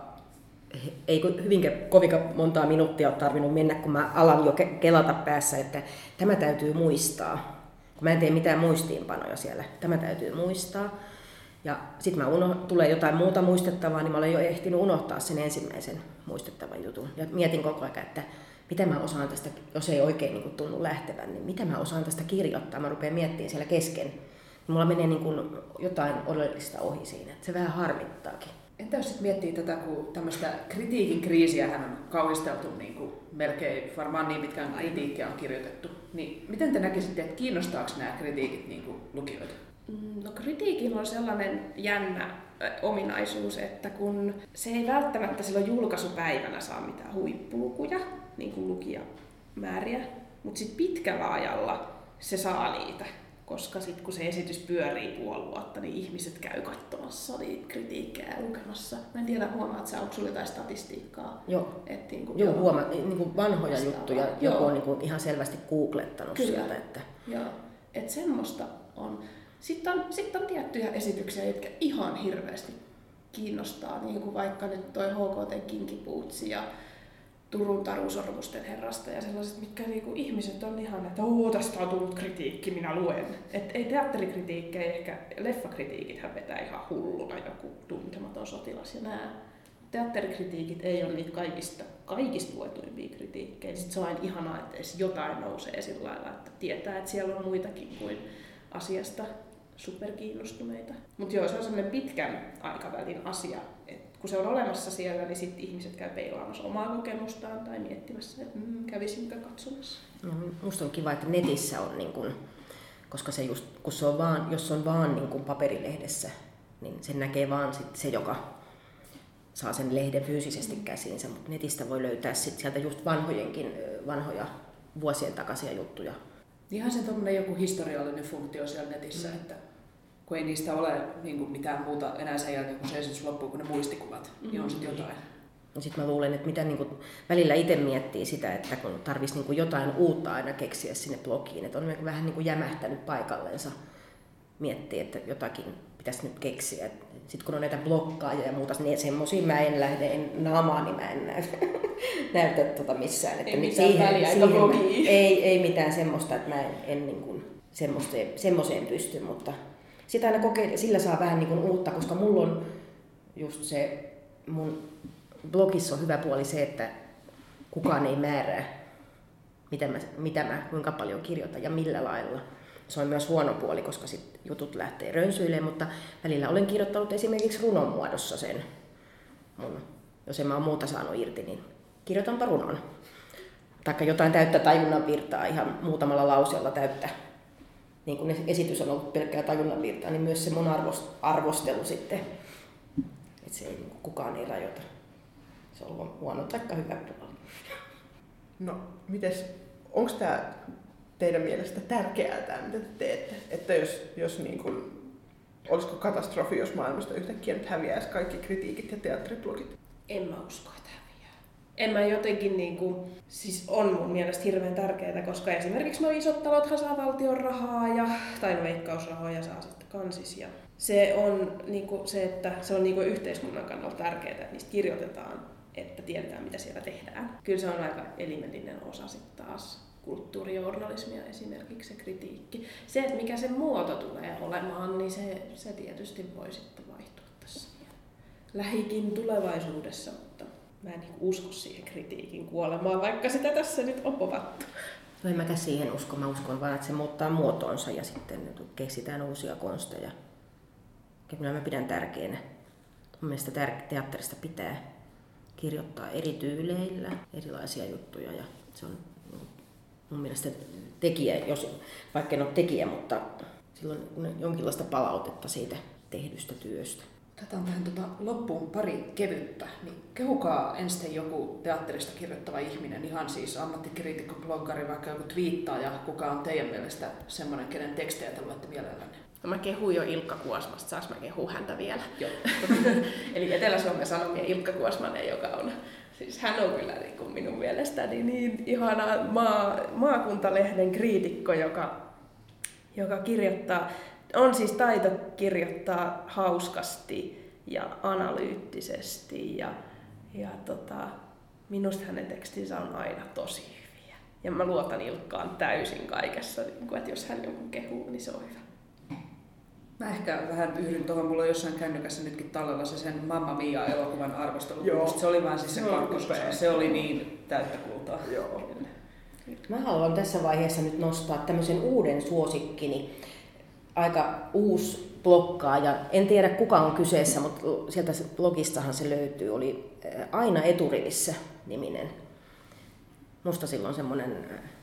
[SPEAKER 6] ei hyvinkään kovinkaan montaa minuuttia ole tarvinnut mennä, kun mä alan jo kelata päässä, että tämä täytyy muistaa. Kun mä en tee mitään muistiinpanoja siellä, tämä täytyy muistaa. Ja sitten mä uno, tulee jotain muuta muistettavaa, niin mä olen jo ehtinyt unohtaa sen ensimmäisen muistettavan jutun. Ja mietin koko ajan, että mitä mä osaan tästä, jos ei oikein niin kuin tunnu lähtevän, niin mitä mä osaan tästä kirjoittaa. Mä rupean miettimään siellä kesken. Mulla menee niin kuin jotain oleellista ohi siinä, että se vähän harmittaakin.
[SPEAKER 3] Entä jos sitten miettii tätä, kun tämmöistä kritiikin kriisiähän on kauhisteltu niin kuin melkein varmaan niin pitkään kritiikkiä on kirjoitettu, niin miten te näkisitte, että kiinnostaako nämä kritiikit niin kuin lukijoita?
[SPEAKER 5] No kritiikillä on sellainen jännä ominaisuus, että kun se ei välttämättä silloin julkaisupäivänä saa mitään huippulukuja, niin kuin lukijamääriä, mutta sitten pitkällä ajalla se saa niitä. Koska sitten kun se esitys pyörii puoli vuotta, niin ihmiset käy katsomassa niitä kritiikkejä ja lukemassa. Mä en tiedä, huomaat sä, onko sulla jotain statistiikkaa?
[SPEAKER 6] Joo,
[SPEAKER 5] Et niin kuin,
[SPEAKER 6] joo huoma, niin kuin vanhoja vastaavaa. Juttuja,
[SPEAKER 5] joo.
[SPEAKER 6] joku on niin kuin ihan selvästi googlettanut
[SPEAKER 5] Kyllä.
[SPEAKER 6] sieltä. Että...
[SPEAKER 5] Joo, että semmoista on. Sitten on, sit on tiettyjä esityksiä, jotka ihan hirveästi kiinnostaa, niin kuin vaikka nyt toi H K T Kinky Boots ja Turun Taru Sormusten herrasta ja sellaiset, mitkä niinku ihmiset on ihan, että oo, tästä on tullut kritiikki, minä luen. Et ei teatterikritiikkejä, ehkä leffakritiikithän vetää ihan hulluna, joku Tuntematon sotilas ja nää. Teatterikritiikit ei ole niitä kaikista, kaikista luetuimpia kritiikkejä. Sitten se on aina ihanaa, että edes jotain nousee sillä lailla, että tietää, että siellä on muitakin kuin asiasta superkiinnostuneita. Mutta joo, se on semmoinen pitkän aikavälin asia, että kun se on olemassa siellä, niin sitten ihmiset käy peilaamassa omaa kokemustaan tai miettimässä, että mm, kävisinkö katsomassa.
[SPEAKER 6] No, musta on kiva, että netissä on, niin kun, koska se just, kun se on vaan, jos se on vaan niin kun paperilehdessä, niin sen näkee vaan sit se, joka saa sen lehden fyysisesti käsiinsä, mutta netistä voi löytää sit sieltä just vanhojenkin, vanhoja vuosien takaisia juttuja.
[SPEAKER 3] Ihan se tommonen joku historiallinen funktio siellä netissä, mm. että kun ei niistä ole niin kuin mitään muuta enää sen jälkeen, kun se esitys loppuu, kun ne muistikuvat, mm-hmm. niin on sitten jotain.
[SPEAKER 6] Sitten mä luulen, että mitä niin kuin välillä itse miettii sitä, että kun tarvitsisi niin kuin jotain uutta aina keksiä sinne blogiin, että on vähän niin kuin jämähtänyt paikallensa miettiä, että jotakin pitäisi nyt keksiä. Sitten kun on näitä blokkaajia ja muuta, niin semmosia mä en lähde, en naamaa, niin mä en näytä, näytä tuota missään. Että
[SPEAKER 5] ei
[SPEAKER 6] nyt
[SPEAKER 5] mitään
[SPEAKER 6] siihen,
[SPEAKER 5] väliaika
[SPEAKER 6] siihen ei, ei mitään semmoista, että mä en, en niin kuin semmoiseen, semmoiseen pysty, mutta sitä aina kokee, sillä saa vähän niin kuin uutta, koska mulla on just se, mun blogissa on hyvä puoli se, että kukaan ei määrää, mitä mä, mitä mä kuinka paljon kirjoitan ja millä lailla. Se on myös huono puoli, koska sit jutut lähtee rönsyilemään, mutta välillä olen kirjoittanut esimerkiksi runon muodossa sen. Mun, jos en mä ole muuta saanut irti, niin kirjoitanpa runon. Taikka jotain täyttä tajunnan virtaa ihan muutamalla lauseella täyttä. Niin kun esitys on ollut pelkkää tajunnan virtaa, niin myös se mun arvostelu sitten, että se ei, niin kukaan ei rajoita. Se on huono taikka hyvä puoli.
[SPEAKER 4] No, mites, onko tämä teidän mielestä tärkeää tämä, mitä te teette? Että jos, jos niin kun, olisiko katastrofi, jos maailmasta yhtäkkiä nyt häviäisi kaikki kritiikit ja teatteriblogit?
[SPEAKER 5] En mä usko, että häviää. En mä jotenkin niinku, siis on mun mielestä hirveän tärkeää, koska esimerkiksi nuo isot talothan saa valtion rahaa ja, tai no veikkausrahoja saa sitten kansis. Ja se on niinku se, että se on niinku yhteiskunnan kannalta tärkeää, että niistä kirjoitetaan, että tiedetään mitä siellä tehdään. Kyllä se on aika elimellinen osa sitten taas kulttuurijournalismia esimerkiksi se kritiikki. Se, että mikä se muoto tulee olemaan, niin se, se tietysti voi sitten vaihtua tässä lähikin tulevaisuudessa, mutta mä en usko siihen kritiikin kuolemaan, vaikka sitä tässä nyt on povattu.
[SPEAKER 6] No en mäkään siihen usko, mä uskon vaan, että se muuttaa muotoonsa ja sitten keksitään uusia konsteja. Ja kyllä mä pidän tärkeänä. Mun mielestä teatterista pitää kirjoittaa eri tyyleillä erilaisia juttuja ja se on mun mielestä tekijä, jos, vaikka en ole tekijä, mutta silloin jonkinlaista palautetta siitä tehdystä työstä.
[SPEAKER 3] Tätä on tähän tota, loppuun pari kevyttä. Niin kehukaa ensin joku teatterista kirjoittava ihminen, ihan siis ammattikriitikko, bloggari, vaikka joku twiittaaja, kuka on teidän mielestä semmoinen, kenen tekstejä te luette mielellänne?
[SPEAKER 5] No mä kehuin jo Ilkka Kuosmasta, saanko mä kehua häntä vielä? Joo. Eli Etelä-Suomen Sanomien Ilkka Kuosmanen, joka on, siis hän on kyllä niin kuin minun mielestäni niin ihana maa, maakuntalehden kriitikko, joka, joka kirjoittaa, on siis taito kirjoittaa hauskasti ja analyyttisesti ja, ja tota, minusta hänen tekstinsä on aina tosi hyviä. Ja mä luotan Ilkkaan täysin kaikessa, että jos hän jonkun kehuu, niin se on hyvä.
[SPEAKER 3] Mä ehkä vähän yhdyn tuohon, mulla on jossain kännykässä nytkin tallella se sen Mamma Mia-elokuvan arvostelu. Joo. Se oli vaan siis se kakkososa. Se oli niin täyttä kultaa. Joo.
[SPEAKER 6] Mä haluan tässä vaiheessa nyt nostaa tämmöisen uuden suosikkini. Aika uusi blokkaaja. En tiedä kuka on kyseessä, mutta sieltä blogistahan se löytyy. Oli Aina eturivissä -niminen. Musta silloin semmoinen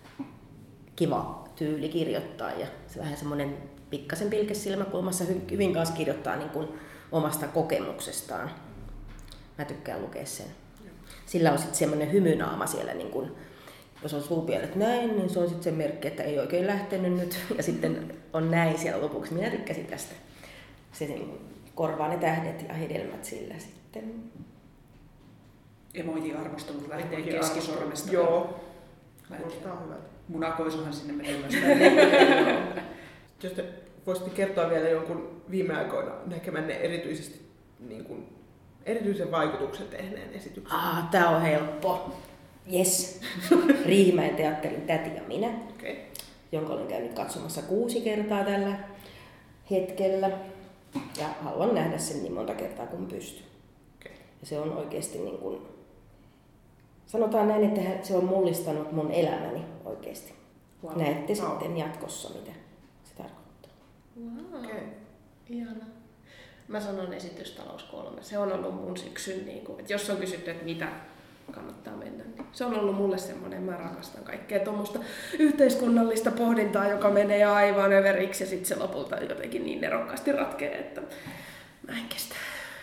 [SPEAKER 6] kiva tyyli kirjoittaa ja se vähän semmoinen pikkasen pilkes silmäkulmassa hyvin kanssa kirjoittaa niin kuin omasta kokemuksestaan. Mä tykkään lukea sen. Sillä on sitten semmoinen hymynaama siellä, niin kuin, jos on suupielet näin, niin se on sitten se merkki, että ei oikein lähtenyt nyt. Ja sitten on näin siellä lopuksi. Minä tykkäsin tästä. Se niin korvaa ne tähdet ja hedelmät sillä sitten.
[SPEAKER 3] Emoji-arvostelut lähtee keskisormesta.
[SPEAKER 4] Joo. Kuulostaa hyvältä.
[SPEAKER 3] Munakoisuhan sinne menee myös.
[SPEAKER 4] Jos te voisitte kertoa vielä jonkun viime aikoina näkemänne erityisesti niin kuin, erityisen vaikutuksen tehneen esityksen.
[SPEAKER 6] Ah, tää on helppo. Yes. Riihimäen teatterin Täti ja minä, okay. Jonka olen käynyt katsomassa kuusi kertaa tällä hetkellä. Ja haluan nähdä sen niin monta kertaa kuin pystyn. Okay. Ja se on oikeasti niin kuin, sanotaan näin, että se on mullistanut mun elämäni oikeasti. Wow. Näette wow. sitten jatkossa, mitä se tarkoittaa.
[SPEAKER 5] Wow. Okay. Ihana. Mä sanon Esitystalous kolme. Se on ollut mun syksyn, niin kuin, että jos on kysytty, että mitä kannattaa mennä, niin se on ollut mulle semmoinen, mä rakastan kaikkea tuommoista yhteiskunnallista pohdintaa, joka menee aivan överiksi ja sitten se lopulta jotenkin niin nerokkaasti ratkee, että mä en kestä.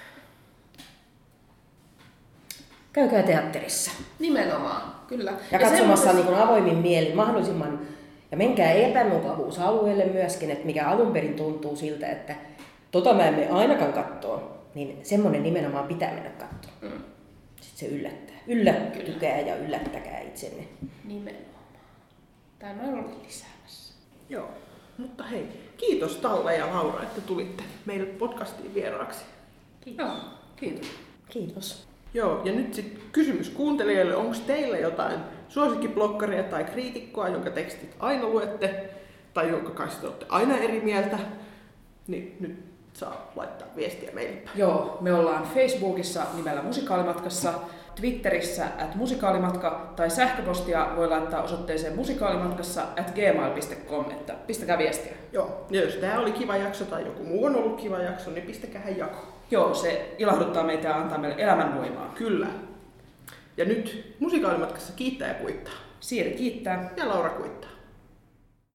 [SPEAKER 6] Käykää teatterissa.
[SPEAKER 5] Nimenomaan, kyllä.
[SPEAKER 6] Ja, ja katsomassa niin kuin avoimin mielin mahdollisimman, ja menkää epämukavuusalueelle myöskin, että mikä alun perin tuntuu siltä, että tota mä en mene ainakaan kattoon, niin semmoinen nimenomaan pitää mennä kattoon. Mm. Sitten se yllättää. Yllättykää ja yllättäkää itsenne.
[SPEAKER 5] Nimenomaan. Tämä oli lisäämässä.
[SPEAKER 4] Joo, mutta hei, kiitos Talla ja Laura, että tulitte meille podcastiin vieraaksi.
[SPEAKER 5] Kiitos. Joo,
[SPEAKER 3] kiitos.
[SPEAKER 6] Kiitos.
[SPEAKER 4] Joo, ja nyt sitten kysymys kuuntelijoille, onko teillä jotain suosikkiblokkaria tai kriitikkoa, jonka tekstit aina luette, tai jonka kanssa te olette aina eri mieltä, niin nyt saa laittaa viestiä meille.
[SPEAKER 3] Joo, me ollaan Facebookissa nimellä Musikaalimatkassa, Twitterissä at musikaalimatka tai sähköpostia voi laittaa osoitteeseen musikaalimatkassa at gmail piste com, että pistäkää viestiä.
[SPEAKER 4] Joo, ja jos tää oli kiva jakso tai joku muu on ollut kiva jakso, niin pistäkäähän jako.
[SPEAKER 3] Joo, se ilahduttaa meitä ja antaa meille elämänvoimaa.
[SPEAKER 4] Kyllä. Ja nyt musikaalimatkassa kiittää ja kuittaa.
[SPEAKER 3] Siiri kiittää.
[SPEAKER 4] Ja Laura kuittaa.